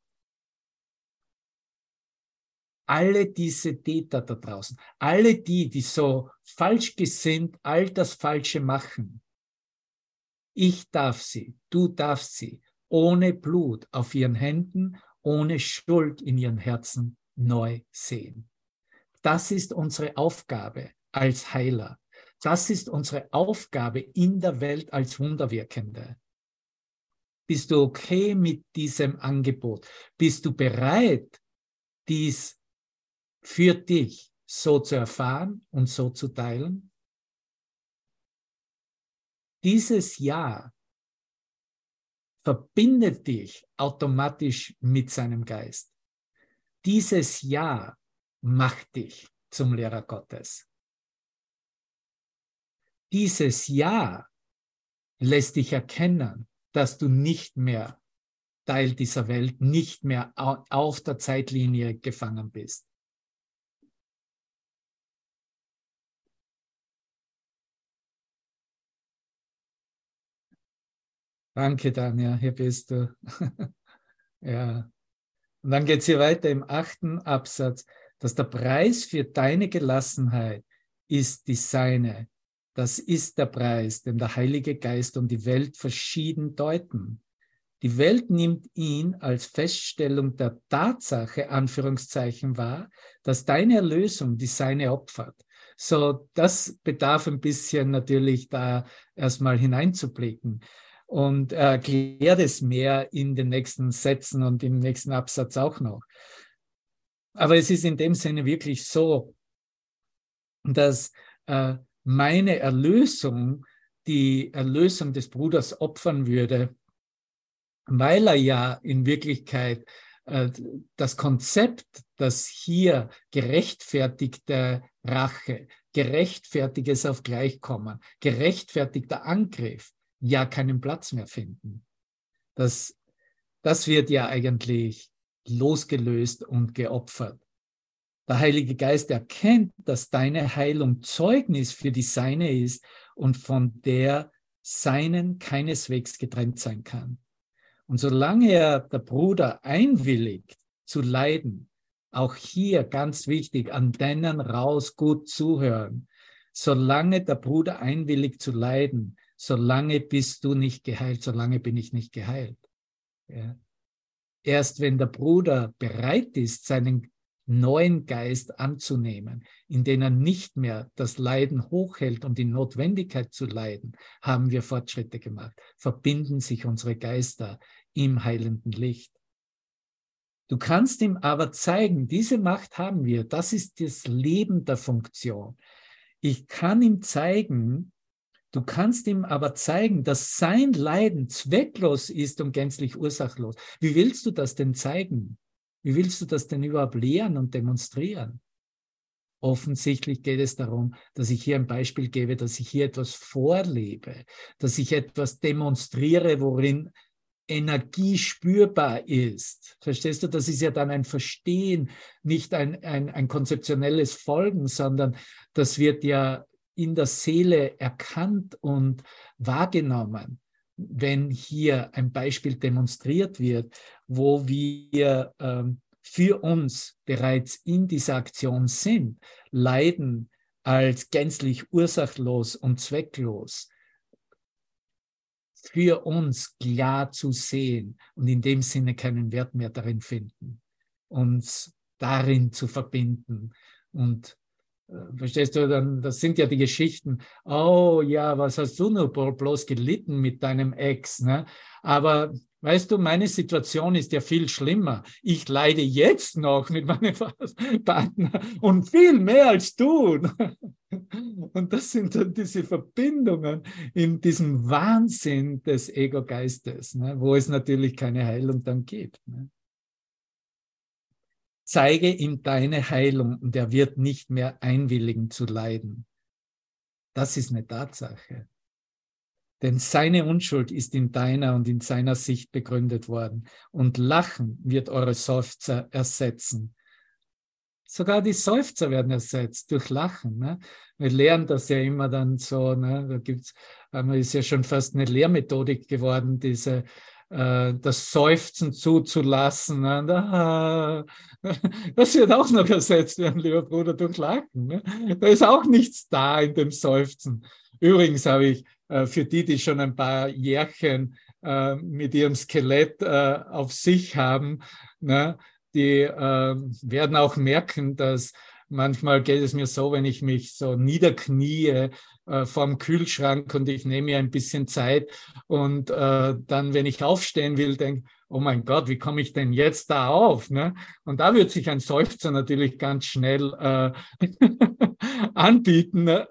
Alle diese Täter da draußen, alle die so falsch gesinnt, all das Falsche machen, ich darf sie, du darfst sie, ohne Blut auf ihren Händen, ohne Schuld in ihren Herzen neu sehen. Das ist unsere Aufgabe als Heiler. Das ist unsere Aufgabe in der Welt als Wunderwirkende. Bist du okay mit diesem Angebot? Bist du bereit, dies für dich so zu erfahren und so zu teilen? Dieses Ja verbindet dich automatisch mit seinem Geist. Dieses Ja macht dich zum Lehrer Gottes. Dieses Ja lässt dich erkennen, dass du nicht mehr Teil dieser Welt, nicht mehr auf der Zeitlinie gefangen bist. Danke, Tanja, hier bist du. Ja. Und dann geht es hier weiter im 8. Absatz, dass der Preis für deine Gelassenheit ist die seine. Das ist der Preis, den der Heilige Geist und die Welt verschieden deuten. Die Welt nimmt ihn als Feststellung der Tatsache, Anführungszeichen, wahr, dass deine Erlösung die seine opfert. So, das bedarf ein bisschen natürlich da erstmal hineinzublicken. Und er erklärt es mehr in den nächsten Sätzen und im nächsten Absatz auch noch. Aber es ist in dem Sinne wirklich so, dass meine Erlösung die Erlösung des Bruders opfern würde, weil er ja in Wirklichkeit das Konzept, das hier gerechtfertigte Rache, gerechtfertigtes auf Gleichkommen, gerechtfertigter Angriff, ja keinen Platz mehr finden. Das wird ja eigentlich losgelöst und geopfert. Der Heilige Geist erkennt, dass deine Heilung Zeugnis für die seine ist und von der seinen keineswegs getrennt sein kann. Und solange der Bruder einwilligt zu leiden, auch hier ganz wichtig, Antennen raus, gut zuhören, solange der Bruder einwilligt zu leiden, solange bist du nicht geheilt, solange bin ich nicht geheilt. Ja. Erst wenn der Bruder bereit ist, seinen neuen Geist anzunehmen, in den er nicht mehr das Leiden hochhält und die Notwendigkeit zu leiden, haben wir Fortschritte gemacht, verbinden sich unsere Geister im heilenden Licht. Du kannst ihm aber zeigen, diese Macht haben wir, das ist das Leben der Funktion. Ich kann ihm zeigen, du kannst ihm aber zeigen, dass sein Leiden zwecklos ist und gänzlich ursachlos. Wie willst du das denn zeigen? Wie willst du das denn überhaupt lehren und demonstrieren? Offensichtlich geht es darum, dass ich hier ein Beispiel gebe, dass ich hier etwas vorlebe, dass ich etwas demonstriere, worin Energie spürbar ist. Verstehst du? Das ist ja dann ein Verstehen, nicht ein konzeptionelles Folgen, sondern das wird ja in der Seele erkannt und wahrgenommen, wenn hier ein Beispiel demonstriert wird, wo wir für uns bereits in dieser Aktion sind, Leiden als gänzlich ursachlos und zwecklos für uns klar zu sehen und in dem Sinne keinen Wert mehr darin finden, uns darin zu verbinden. Und verstehst du, dann, das sind ja die Geschichten, oh ja, was hast du nur bloß gelitten mit deinem Ex, ne? Aber weißt du, meine Situation ist ja viel schlimmer. Ich leide jetzt noch mit meinem Partner und viel mehr als du. Und das sind dann diese Verbindungen in diesem Wahnsinn des Ego-Geistes, ne? Wo es natürlich keine Heilung dann gibt. Ne? Zeige ihm deine Heilung und er wird nicht mehr einwilligen zu leiden. Das ist eine Tatsache. Denn seine Unschuld ist in deiner und in seiner Sicht begründet worden. Und Lachen wird eure Seufzer ersetzen. Sogar die Seufzer werden ersetzt durch Lachen. Ne? Wir lernen das ja immer dann so. Ne? Da gibt's, ist ja schon fast eine Lehrmethodik geworden, das Seufzen zuzulassen. Ne? Das wird auch noch ersetzt werden, lieber Bruder, durch Lachen. Ne? Da ist auch nichts da in dem Seufzen. Übrigens habe ich für die schon ein paar Jährchen mit ihrem Skelett auf sich haben, ne? Die werden auch merken, dass manchmal geht es mir so, wenn ich mich so niederknie vorm Kühlschrank und ich nehme mir ein bisschen Zeit und dann, wenn ich aufstehen will, denke, oh mein Gott, wie komme ich denn jetzt da auf? Ne? Und da wird sich ein Seufzer natürlich ganz schnell anbieten. Ne?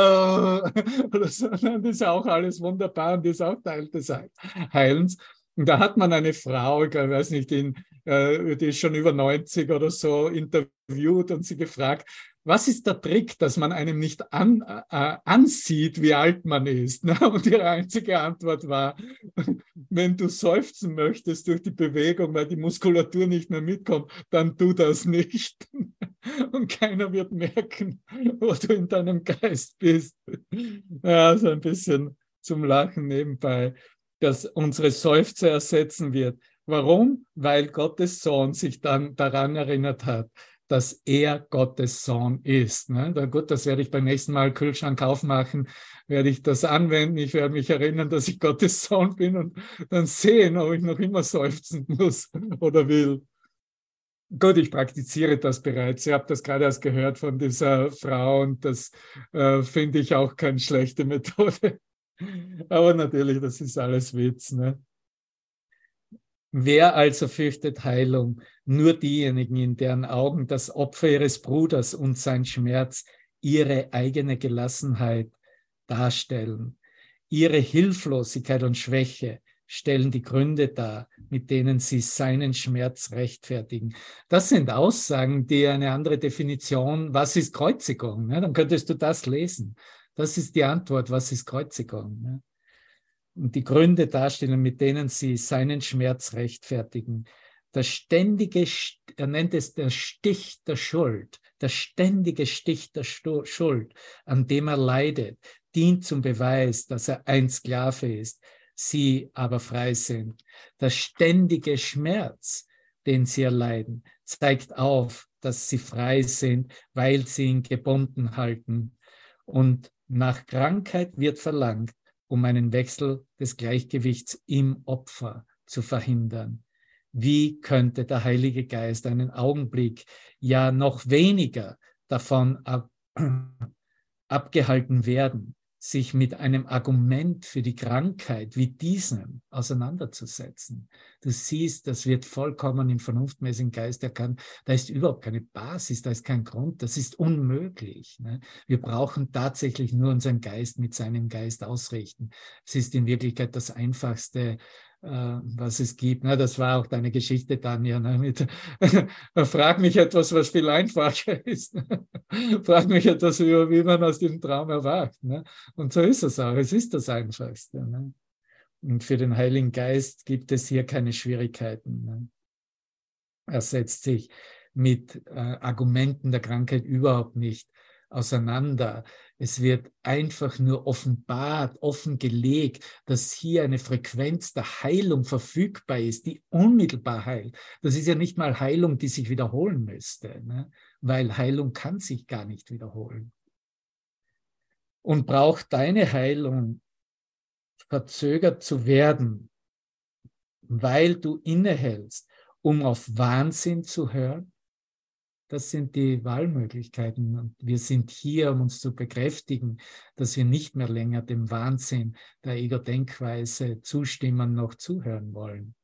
Das ist auch alles wunderbar und ist auch Teil des Heilens. Und da hat man eine Frau, ich weiß nicht, die ist schon über 90 oder so, interviewt und sie gefragt, was ist der Trick, dass man einem nicht ansieht, wie alt man ist? Und ihre einzige Antwort war, wenn du seufzen möchtest durch die Bewegung, weil die Muskulatur nicht mehr mitkommt, dann tu das nicht. Und keiner wird merken, wo du in deinem Geist bist. Ja, so ein bisschen zum Lachen nebenbei, dass unsere Seufzer ersetzen wird. Warum? Weil Gottes Sohn sich dann daran erinnert hat, dass er Gottes Sohn ist. Ne? Na gut, das werde ich beim nächsten Mal Kühlschrank aufmachen, werde ich das anwenden. Ich werde mich erinnern, dass ich Gottes Sohn bin und dann sehen, ob ich noch immer seufzen muss oder will. Gut, ich praktiziere das bereits. Ich habe das gerade erst gehört von dieser Frau und das finde ich auch keine schlechte Methode. Aber natürlich, das ist alles Witz. Ne? Wer also fürchtet Heilung? Nur diejenigen, in deren Augen das Opfer ihres Bruders und sein Schmerz ihre eigene Gelassenheit darstellen. Ihre Hilflosigkeit und Schwäche stellen die Gründe dar, mit denen sie seinen Schmerz rechtfertigen. Das sind Aussagen, die eine andere Definition, was ist Kreuzigung? Ne? Dann könntest du das lesen. Das ist die Antwort, was ist Kreuzigung? Ne? Und die Gründe darstellen, mit denen sie seinen Schmerz rechtfertigen. Der ständige, er nennt es der Stich der Schuld, der ständige Stich der Schuld, an dem er leidet, dient zum Beweis, dass er ein Sklave ist, sie aber frei sind. Der ständige Schmerz, den sie erleiden, zeigt auf, dass sie frei sind, weil sie ihn gebunden halten. Und nach Krankheit wird verlangt, um einen Wechsel des Gleichgewichts im Opfer zu verhindern. Wie könnte der Heilige Geist einen Augenblick, ja noch weniger davon abgehalten werden, sich mit einem Argument für die Krankheit wie diesem auseinanderzusetzen? Du siehst, das wird vollkommen im vernunftmäßigen Geist erkannt. Da ist überhaupt keine Basis, da ist kein Grund, das ist unmöglich. Ne? Wir brauchen tatsächlich nur unseren Geist mit seinem Geist ausrichten. Es ist in Wirklichkeit das Einfachste, was es gibt. Ne? Das war auch deine Geschichte, Tanja. Ne? Frag mich etwas, was viel einfacher ist. Frag mich etwas über, wie man aus dem Traum erwacht. Ne? Und so ist es auch. Es ist das Einfachste. Ne? Und für den Heiligen Geist gibt es hier keine Schwierigkeiten. Ne? Er setzt sich mit Argumenten der Krankheit überhaupt nicht auseinander. Es wird einfach nur offenbart, offengelegt, dass hier eine Frequenz der Heilung verfügbar ist, die unmittelbar heilt. Das ist ja nicht mal Heilung, die sich wiederholen müsste, ne? Weil Heilung kann sich gar nicht wiederholen. Und braucht deine Heilung verzögert zu werden, weil du innehältst, um auf Wahnsinn zu hören? Das sind die Wahlmöglichkeiten. Und wir sind hier, um uns zu bekräftigen, dass wir nicht mehr länger dem Wahnsinn der Ego-Denkweise zustimmen, noch zuhören wollen.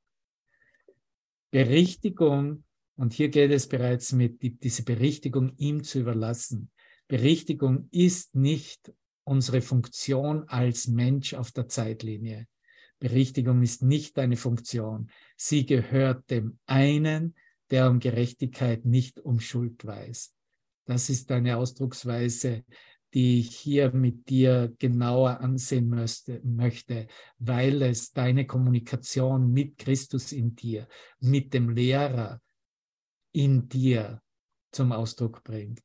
Berichtigung, und hier geht es bereits mit, diese Berichtigung ihm zu überlassen. Berichtigung ist nicht unsere Funktion als Mensch auf der Zeitlinie. Berichtigung ist nicht deine Funktion. Sie gehört dem einen, der um Gerechtigkeit, nicht um Schuld weiß. Das ist eine Ausdrucksweise, die ich hier mit dir genauer ansehen möchte, weil es deine Kommunikation mit Christus in dir, mit dem Lehrer in dir zum Ausdruck bringt.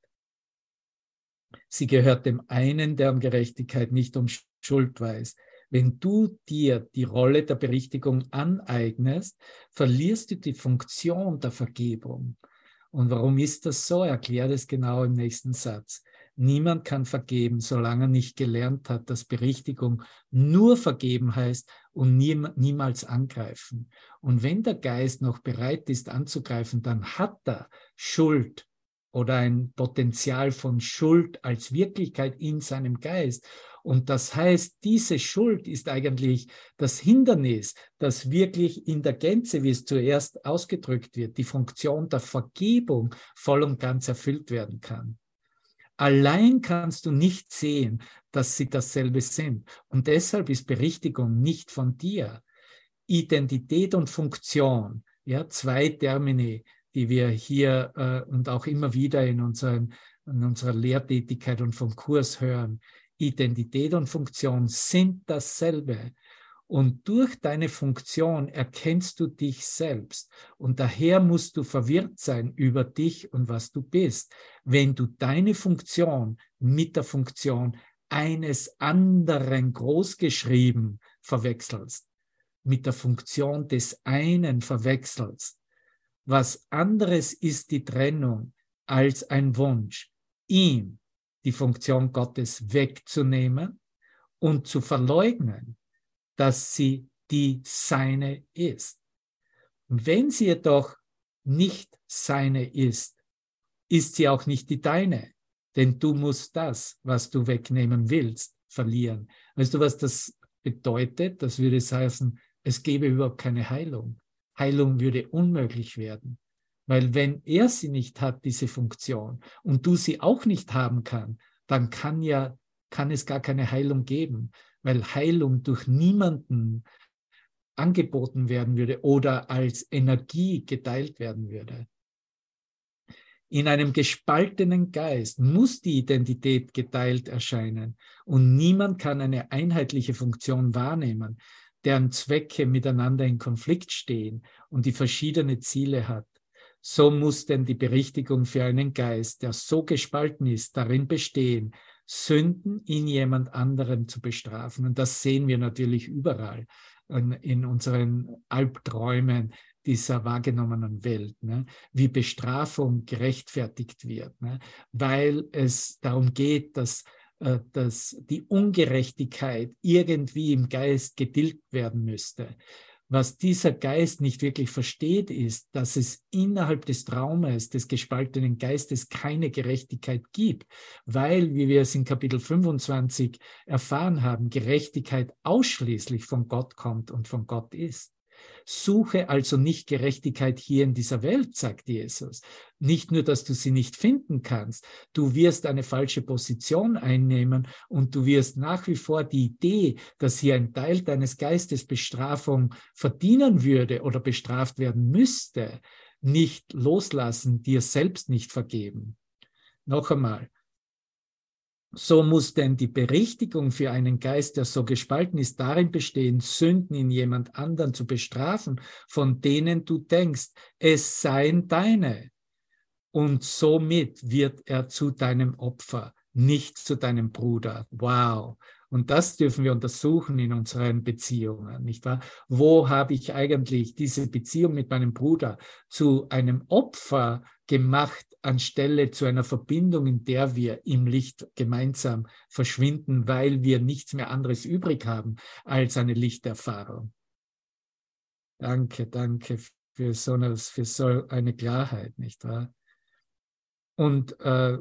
Sie gehört dem einen, der um Gerechtigkeit, nicht um Schuld weiß. Wenn du dir die Rolle der Berichtigung aneignest, verlierst du die Funktion der Vergebung. Und warum ist das so? Erklärt es genau im nächsten Satz. Niemand kann vergeben, solange er nicht gelernt hat, dass Berichtigung nur vergeben heißt und niemals angreifen. Und wenn der Geist noch bereit ist anzugreifen, dann hat er Schuld oder ein Potenzial von Schuld als Wirklichkeit in seinem Geist. Und das heißt, diese Schuld ist eigentlich das Hindernis, das wirklich in der Gänze, wie es zuerst ausgedrückt wird, die Funktion der Vergebung voll und ganz erfüllt werden kann. Allein kannst du nicht sehen, dass sie dasselbe sind. Und deshalb ist Berichtigung nicht von dir. Identität und Funktion, ja, zwei Termini, die wir hier und auch immer wieder in unserer Lehrtätigkeit und vom Kurs hören. Identität und Funktion sind dasselbe. Und durch deine Funktion erkennst du dich selbst. Und daher musst du verwirrt sein über dich und was du bist, wenn du deine Funktion mit der Funktion eines anderen großgeschrieben verwechselst, mit der Funktion des einen verwechselst. Was anderes ist die Trennung als ein Wunsch, ihm die Funktion Gottes wegzunehmen und zu verleugnen, dass sie die seine ist. Und wenn sie jedoch nicht seine ist, ist sie auch nicht die deine, denn du musst das, was du wegnehmen willst, verlieren. Weißt du, was das bedeutet? Das würde heißen, es gäbe überhaupt keine Heilung. Heilung würde unmöglich werden, weil wenn er sie nicht hat, diese Funktion, und du sie auch nicht haben kann, dann kann es gar keine Heilung geben, weil Heilung durch niemanden angeboten werden würde oder als Energie geteilt werden würde. In einem gespaltenen Geist muss die Identität geteilt erscheinen und niemand kann eine einheitliche Funktion wahrnehmen, deren Zwecke miteinander in Konflikt stehen und die verschiedene Ziele hat. So muss denn die Berichtigung für einen Geist, der so gespalten ist, darin bestehen, Sünden in jemand anderem zu bestrafen. Und das sehen wir natürlich überall in unseren Albträumen dieser wahrgenommenen Welt, ne? Wie Bestrafung gerechtfertigt wird, ne? Weil es darum geht, dass die Ungerechtigkeit irgendwie im Geist getilgt werden müsste. Was dieser Geist nicht wirklich versteht, ist, dass es innerhalb des Traumes, des gespaltenen Geistes keine Gerechtigkeit gibt, weil, wie wir es in Kapitel 25 erfahren haben, Gerechtigkeit ausschließlich von Gott kommt und von Gott ist. Suche also nicht Gerechtigkeit hier in dieser Welt, sagt Jesus. Nicht nur, dass du sie nicht finden kannst, du wirst eine falsche Position einnehmen und du wirst nach wie vor die Idee, dass hier ein Teil deines Geistes Bestrafung verdienen würde oder bestraft werden müsste, nicht loslassen, dir selbst nicht vergeben. Noch einmal. So muss denn die Berichtigung für einen Geist, der so gespalten ist, darin bestehen, Sünden in jemand anderen zu bestrafen, von denen du denkst, es seien deine. Und somit wird er zu deinem Opfer, nicht zu deinem Bruder. Wow. Und das dürfen wir untersuchen in unseren Beziehungen, nicht wahr? Wo habe ich eigentlich diese Beziehung mit meinem Bruder zu einem Opfer gemacht, anstelle zu einer Verbindung, in der wir im Licht gemeinsam verschwinden, weil wir nichts mehr anderes übrig haben als eine Lichterfahrung. Danke, danke für so eine Klarheit, nicht wahr? Und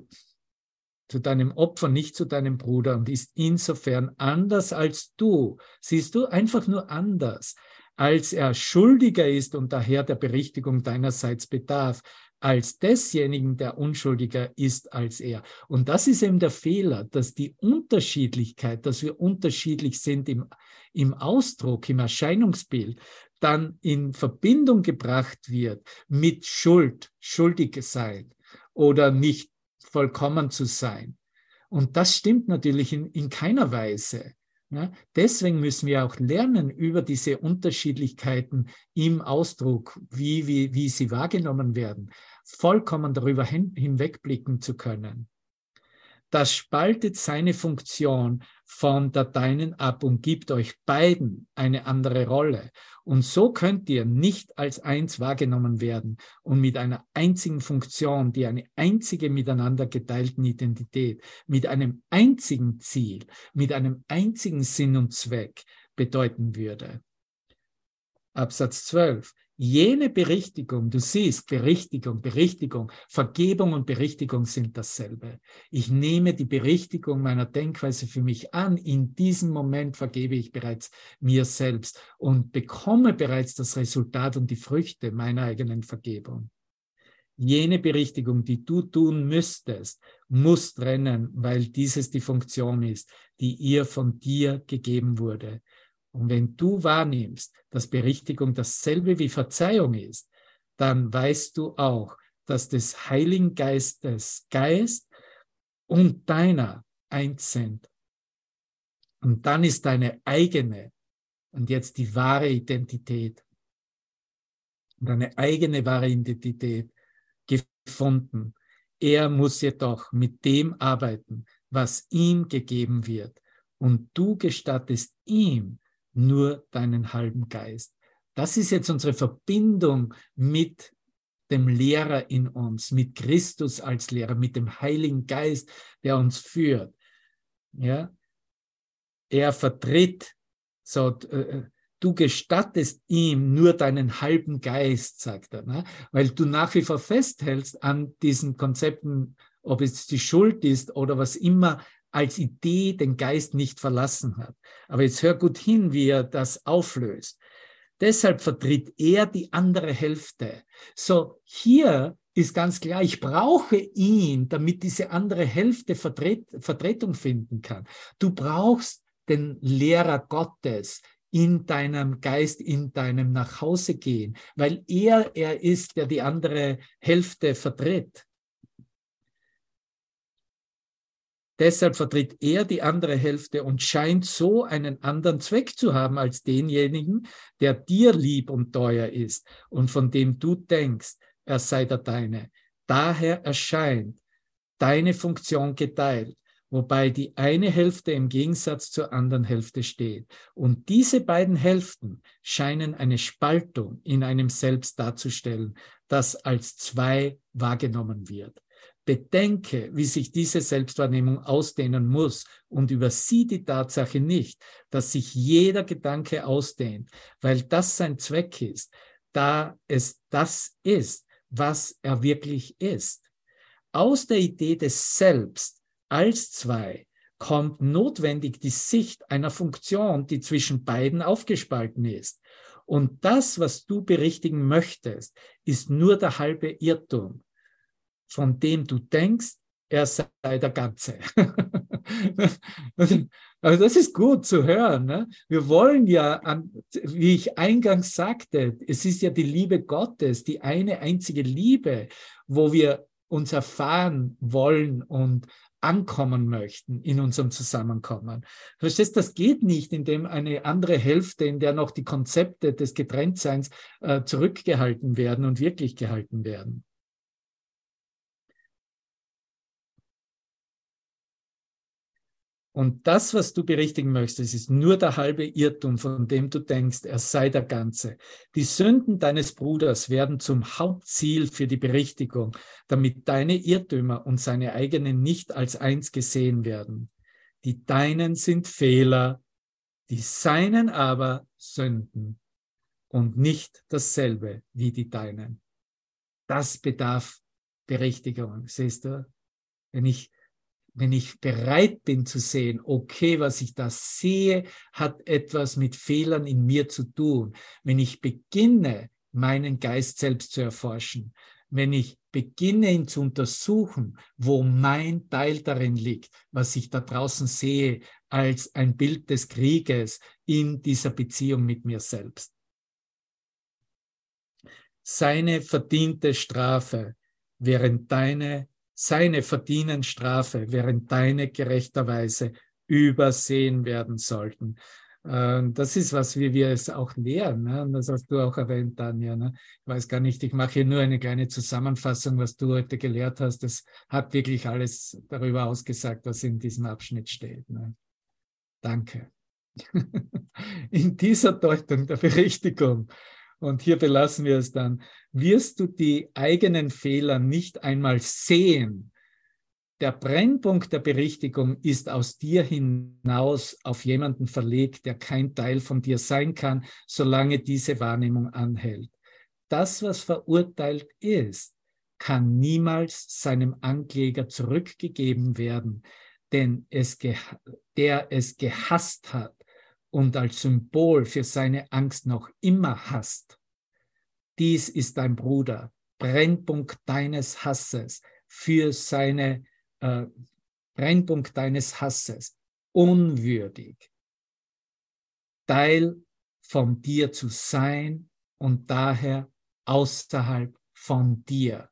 zu deinem Opfer, nicht zu deinem Bruder, und ist insofern anders als du. Siehst du, einfach nur anders, als er schuldiger ist und daher der Berichtigung deinerseits bedarf, als desjenigen, der unschuldiger ist als er. Und das ist eben der Fehler, dass die Unterschiedlichkeit, dass wir unterschiedlich sind im Ausdruck, im Erscheinungsbild, dann in Verbindung gebracht wird mit Schuld, schuldig sein oder nicht vollkommen zu sein. Und das stimmt natürlich in keiner Weise. Ja? Deswegen müssen wir auch lernen, über diese Unterschiedlichkeiten im Ausdruck, wie sie wahrgenommen werden, vollkommen darüber hinwegblicken zu können. Das spaltet seine Funktion von der deinen ab und gibt euch beiden eine andere Rolle. Und so könnt ihr nicht als eins wahrgenommen werden und mit einer einzigen Funktion, die eine einzige miteinander geteilten Identität, mit einem einzigen Ziel, mit einem einzigen Sinn und Zweck bedeuten würde. Absatz 12. Jene Berichtigung, du siehst, Berichtigung, Vergebung und Berichtigung sind dasselbe. Ich nehme die Berichtigung meiner Denkweise für mich an. In diesem Moment vergebe ich bereits mir selbst und bekomme bereits das Resultat und die Früchte meiner eigenen Vergebung. Jene Berichtigung, die du tun müsstest, muss trennen, weil dieses die Funktion ist, die ihr von dir gegeben wurde. Und wenn du wahrnimmst, dass Berichtigung dasselbe wie Verzeihung ist, dann weißt du auch, dass des Heiligen Geistes Geist und deiner eins sind. Und dann ist deine eigene und jetzt die wahre Identität, deine eigene wahre Identität gefunden. Er muss jedoch mit dem arbeiten, was ihm gegeben wird. Und du gestattest ihm nur deinen halben Geist. Das ist jetzt unsere Verbindung mit dem Lehrer in uns, mit Christus als Lehrer, mit dem Heiligen Geist, der uns führt. Ja? Er vertritt, so, du gestattest ihm nur deinen halben Geist, sagt er, ne? Weil du nach wie vor festhältst an diesen Konzepten, ob es die Schuld ist oder was immer, als Idee den Geist nicht verlassen hat. Aber jetzt hör gut hin, wie er das auflöst. Deshalb vertritt er die andere Hälfte. So, hier ist ganz klar, ich brauche ihn, damit diese andere Hälfte Vertretung finden kann. Du brauchst den Lehrer Gottes in deinem Geist, in deinem Nachhausegehen, weil er ist, der die andere Hälfte vertritt. Deshalb vertritt er die andere Hälfte und scheint so einen anderen Zweck zu haben als denjenigen, der dir lieb und teuer ist und von dem du denkst, er sei der deine. Daher erscheint deine Funktion geteilt, wobei die eine Hälfte im Gegensatz zur anderen Hälfte steht. Und diese beiden Hälften scheinen eine Spaltung in einem Selbst darzustellen, das als zwei wahrgenommen wird. Bedenke, wie sich diese Selbstwahrnehmung ausdehnen muss und übersieh die Tatsache nicht, dass sich jeder Gedanke ausdehnt, weil das sein Zweck ist, da es das ist, was er wirklich ist. Aus der Idee des Selbst als zwei kommt notwendig die Sicht einer Funktion, die zwischen beiden aufgespalten ist. Und das, was du berichtigen möchtest, ist nur der halbe Irrtum, von dem du denkst, er sei der Ganze. Also das ist gut zu hören. Ne? Wir wollen ja, wie ich eingangs sagte, es ist ja die Liebe Gottes, die eine einzige Liebe, wo wir uns erfahren wollen und ankommen möchten in unserem Zusammenkommen. Verstehst, das geht nicht, indem eine andere Hälfte, in der noch die Konzepte des Getrenntseins zurückgehalten werden und wirklich gehalten werden. Und das, was du berichtigen möchtest, ist nur der halbe Irrtum, von dem du denkst, er sei der Ganze. Die Sünden deines Bruders werden zum Hauptziel für die Berichtigung, damit deine Irrtümer und seine eigenen nicht als eins gesehen werden. Die deinen sind Fehler, die seinen aber Sünden und nicht dasselbe wie die deinen. Das bedarf Berichtigung, siehst du? Wenn ich bereit bin zu sehen, okay, was ich da sehe, hat etwas mit Fehlern in mir zu tun. Wenn ich beginne, meinen Geist selbst zu erforschen, wenn ich beginne, ihn zu untersuchen, wo mein Teil darin liegt, was ich da draußen sehe, als ein Bild des Krieges in dieser Beziehung mit mir selbst. Seine verdiente Strafe, während deine Seine verdienen Strafe, während deine gerechterweise übersehen werden sollten. Das ist was, wie wir es auch lehren. Ne? Und das hast du auch erwähnt, Tanja. Ne? Ich weiß gar nicht, ich mache hier nur eine kleine Zusammenfassung, was du heute gelehrt hast. Das hat wirklich alles darüber ausgesagt, was in diesem Abschnitt steht. Ne? Danke. In dieser Deutung der Berichtigung, und hier belassen wir es dann, wirst du die eigenen Fehler nicht einmal sehen. Der Brennpunkt der Berichtigung ist aus dir hinaus auf jemanden verlegt, der kein Teil von dir sein kann, solange diese Wahrnehmung anhält. Das, was verurteilt ist, kann niemals seinem Ankläger zurückgegeben werden, denn der es gehasst hat und als Symbol für seine Angst noch immer hasst. Dies ist dein Bruder, Brennpunkt deines Hasses für seine Brennpunkt deines Hasses, unwürdig, Teil von dir zu sein und daher außerhalb von dir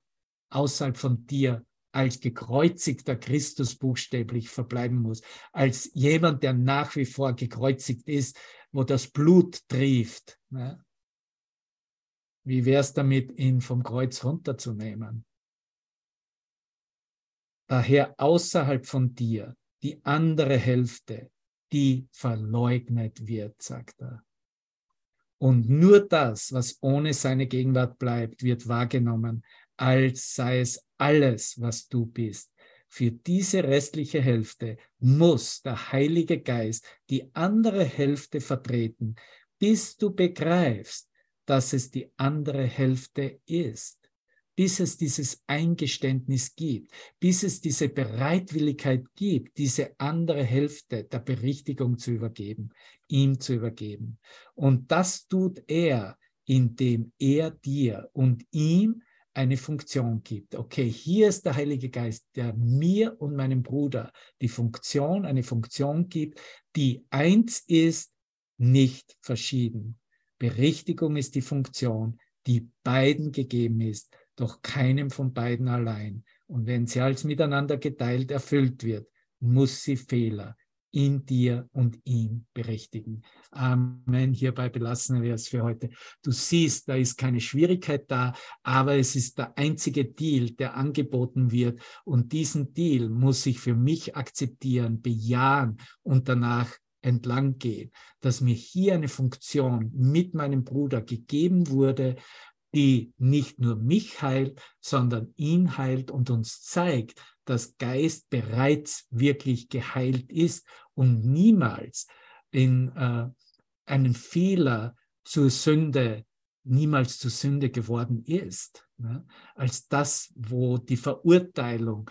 als gekreuzigter Christus buchstäblich verbleiben muss, als jemand, der nach wie vor gekreuzigt ist, wo das Blut trieft. Ne? Wie wäre es damit, ihn vom Kreuz runterzunehmen? Daher außerhalb von dir, die andere Hälfte, die verleugnet wird, sagt er. Und nur das, was ohne seine Gegenwart bleibt, wird wahrgenommen, als sei es alles, was du bist. Für diese restliche Hälfte muss der Heilige Geist die andere Hälfte vertreten, bis du begreifst, dass es die andere Hälfte ist. Bis es dieses Eingeständnis gibt, bis es diese Bereitwilligkeit gibt, diese andere Hälfte der Berichtigung zu übergeben, ihm zu übergeben. Und das tut er, indem er dir und ihm eine Funktion gibt. Okay, hier ist der Heilige Geist, der mir und meinem Bruder eine Funktion gibt, die eins ist, nicht verschieden. Berichtigung ist die Funktion, die beiden gegeben ist, doch keinem von beiden allein. Und wenn sie als miteinander geteilt erfüllt wird, muss sie Fehler in dir und ihm berichtigen. Amen. Hierbei belassen wir es für heute. Du siehst, da ist keine Schwierigkeit da, aber es ist der einzige Deal, der angeboten wird. Und diesen Deal muss ich für mich akzeptieren, bejahen und danach entlang gehen. Dass mir hier eine Funktion mit meinem Bruder gegeben wurde, die nicht nur mich heilt, sondern ihn heilt und uns zeigt, dass Geist bereits wirklich geheilt ist und niemals in einen Fehler niemals zur Sünde geworden ist. Ne? Als das, wo die Verurteilung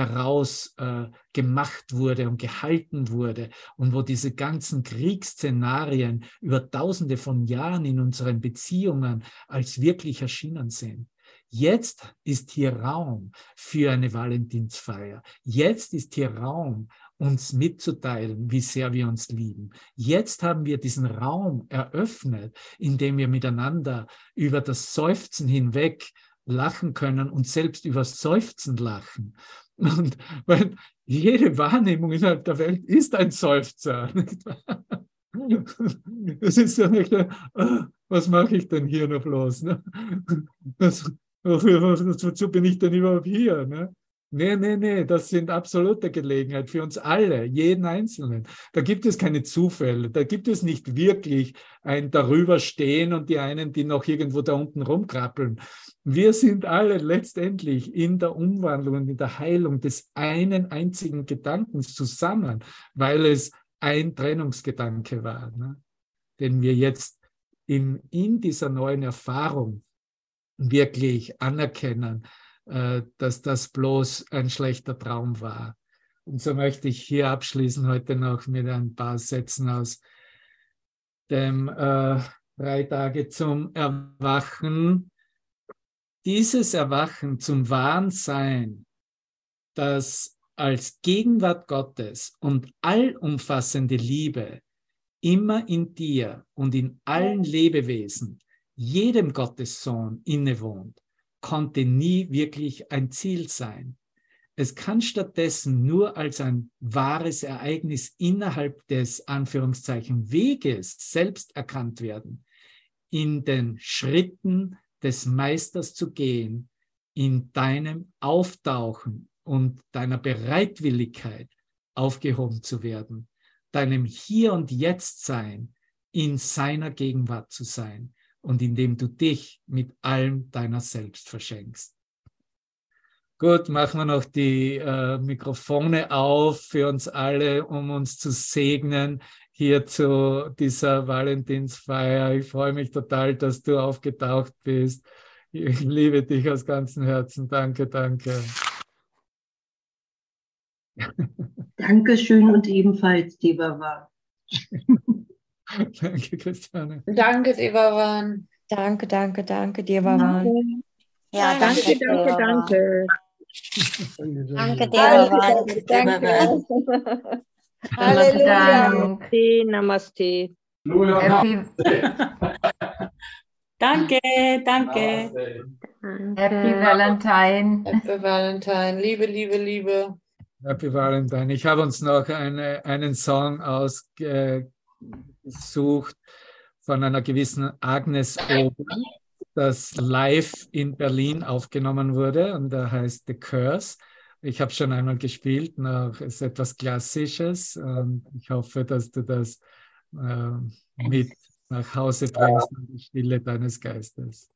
gemacht wurde und gehalten wurde und wo diese ganzen Kriegsszenarien über Tausende von Jahren in unseren Beziehungen als wirklich erschienen sind. Jetzt ist hier Raum für eine Valentinsfeier. Jetzt ist hier Raum, uns mitzuteilen, wie sehr wir uns lieben. Jetzt haben wir diesen Raum eröffnet, in dem wir miteinander über das Seufzen hinweg lachen können und selbst über Seufzen lachen. Und weil jede Wahrnehmung innerhalb der Welt ist ein Seufzer. Das ist ja nicht, was mache ich denn hier noch bloß? Ne? Wozu bin ich denn überhaupt hier? Ne? Nee, das sind absolute Gelegenheit für uns alle, jeden Einzelnen. Da gibt es keine Zufälle, da gibt es nicht wirklich ein Darüberstehen und die einen, die noch irgendwo da unten rumkrabbeln. Wir sind alle letztendlich in der Umwandlung und in der Heilung des einen einzigen Gedankens zusammen, weil es ein Trennungsgedanke war, ne? Den wir jetzt in dieser neuen Erfahrung wirklich anerkennen, dass das bloß ein schlechter Traum war. Und so möchte ich hier abschließen heute noch mit ein paar Sätzen aus dem 3 Tage zum Erwachen. Dieses Erwachen zum wahren Sein, das als Gegenwart Gottes und allumfassende Liebe immer in dir und in allen Lebewesen, jedem Gottessohn innewohnt, konnte nie wirklich ein Ziel sein. Es kann stattdessen nur als ein wahres Ereignis innerhalb des Anführungszeichen Weges selbst erkannt werden, in den Schritten des Meisters zu gehen, in deinem Auftauchen und deiner Bereitwilligkeit aufgehoben zu werden, deinem Hier und Jetzt sein, in seiner Gegenwart zu sein und indem du dich mit allem deiner selbst verschenkst. Gut, machen wir noch die Mikrofone auf für uns alle, um uns zu segnen hier zu dieser Valentinsfeier. Ich freue mich total, dass du aufgetaucht bist. Ich liebe dich aus ganzem Herzen. Danke, danke. Dankeschön und ebenfalls, Devava. Danke, Christiane. Danke, Devavan. Danke, danke, danke, Devavan. Ja, danke, danke, danke. Danke, Devavan. Danke. Halleluja. Namaste, Namaste. Happy, Danke, danke. Happy Valentine. Happy Valentine. Liebe, Liebe, Liebe. Happy Valentine. Ich habe uns noch einen Song ausgesucht von einer gewissen Agnes Ober, das live in Berlin aufgenommen wurde und der heißt The Curse. Ich habe schon einmal gespielt, ist etwas Klassisches. Ich hoffe, dass du das mit nach Hause bringst in die Stille deines Geistes.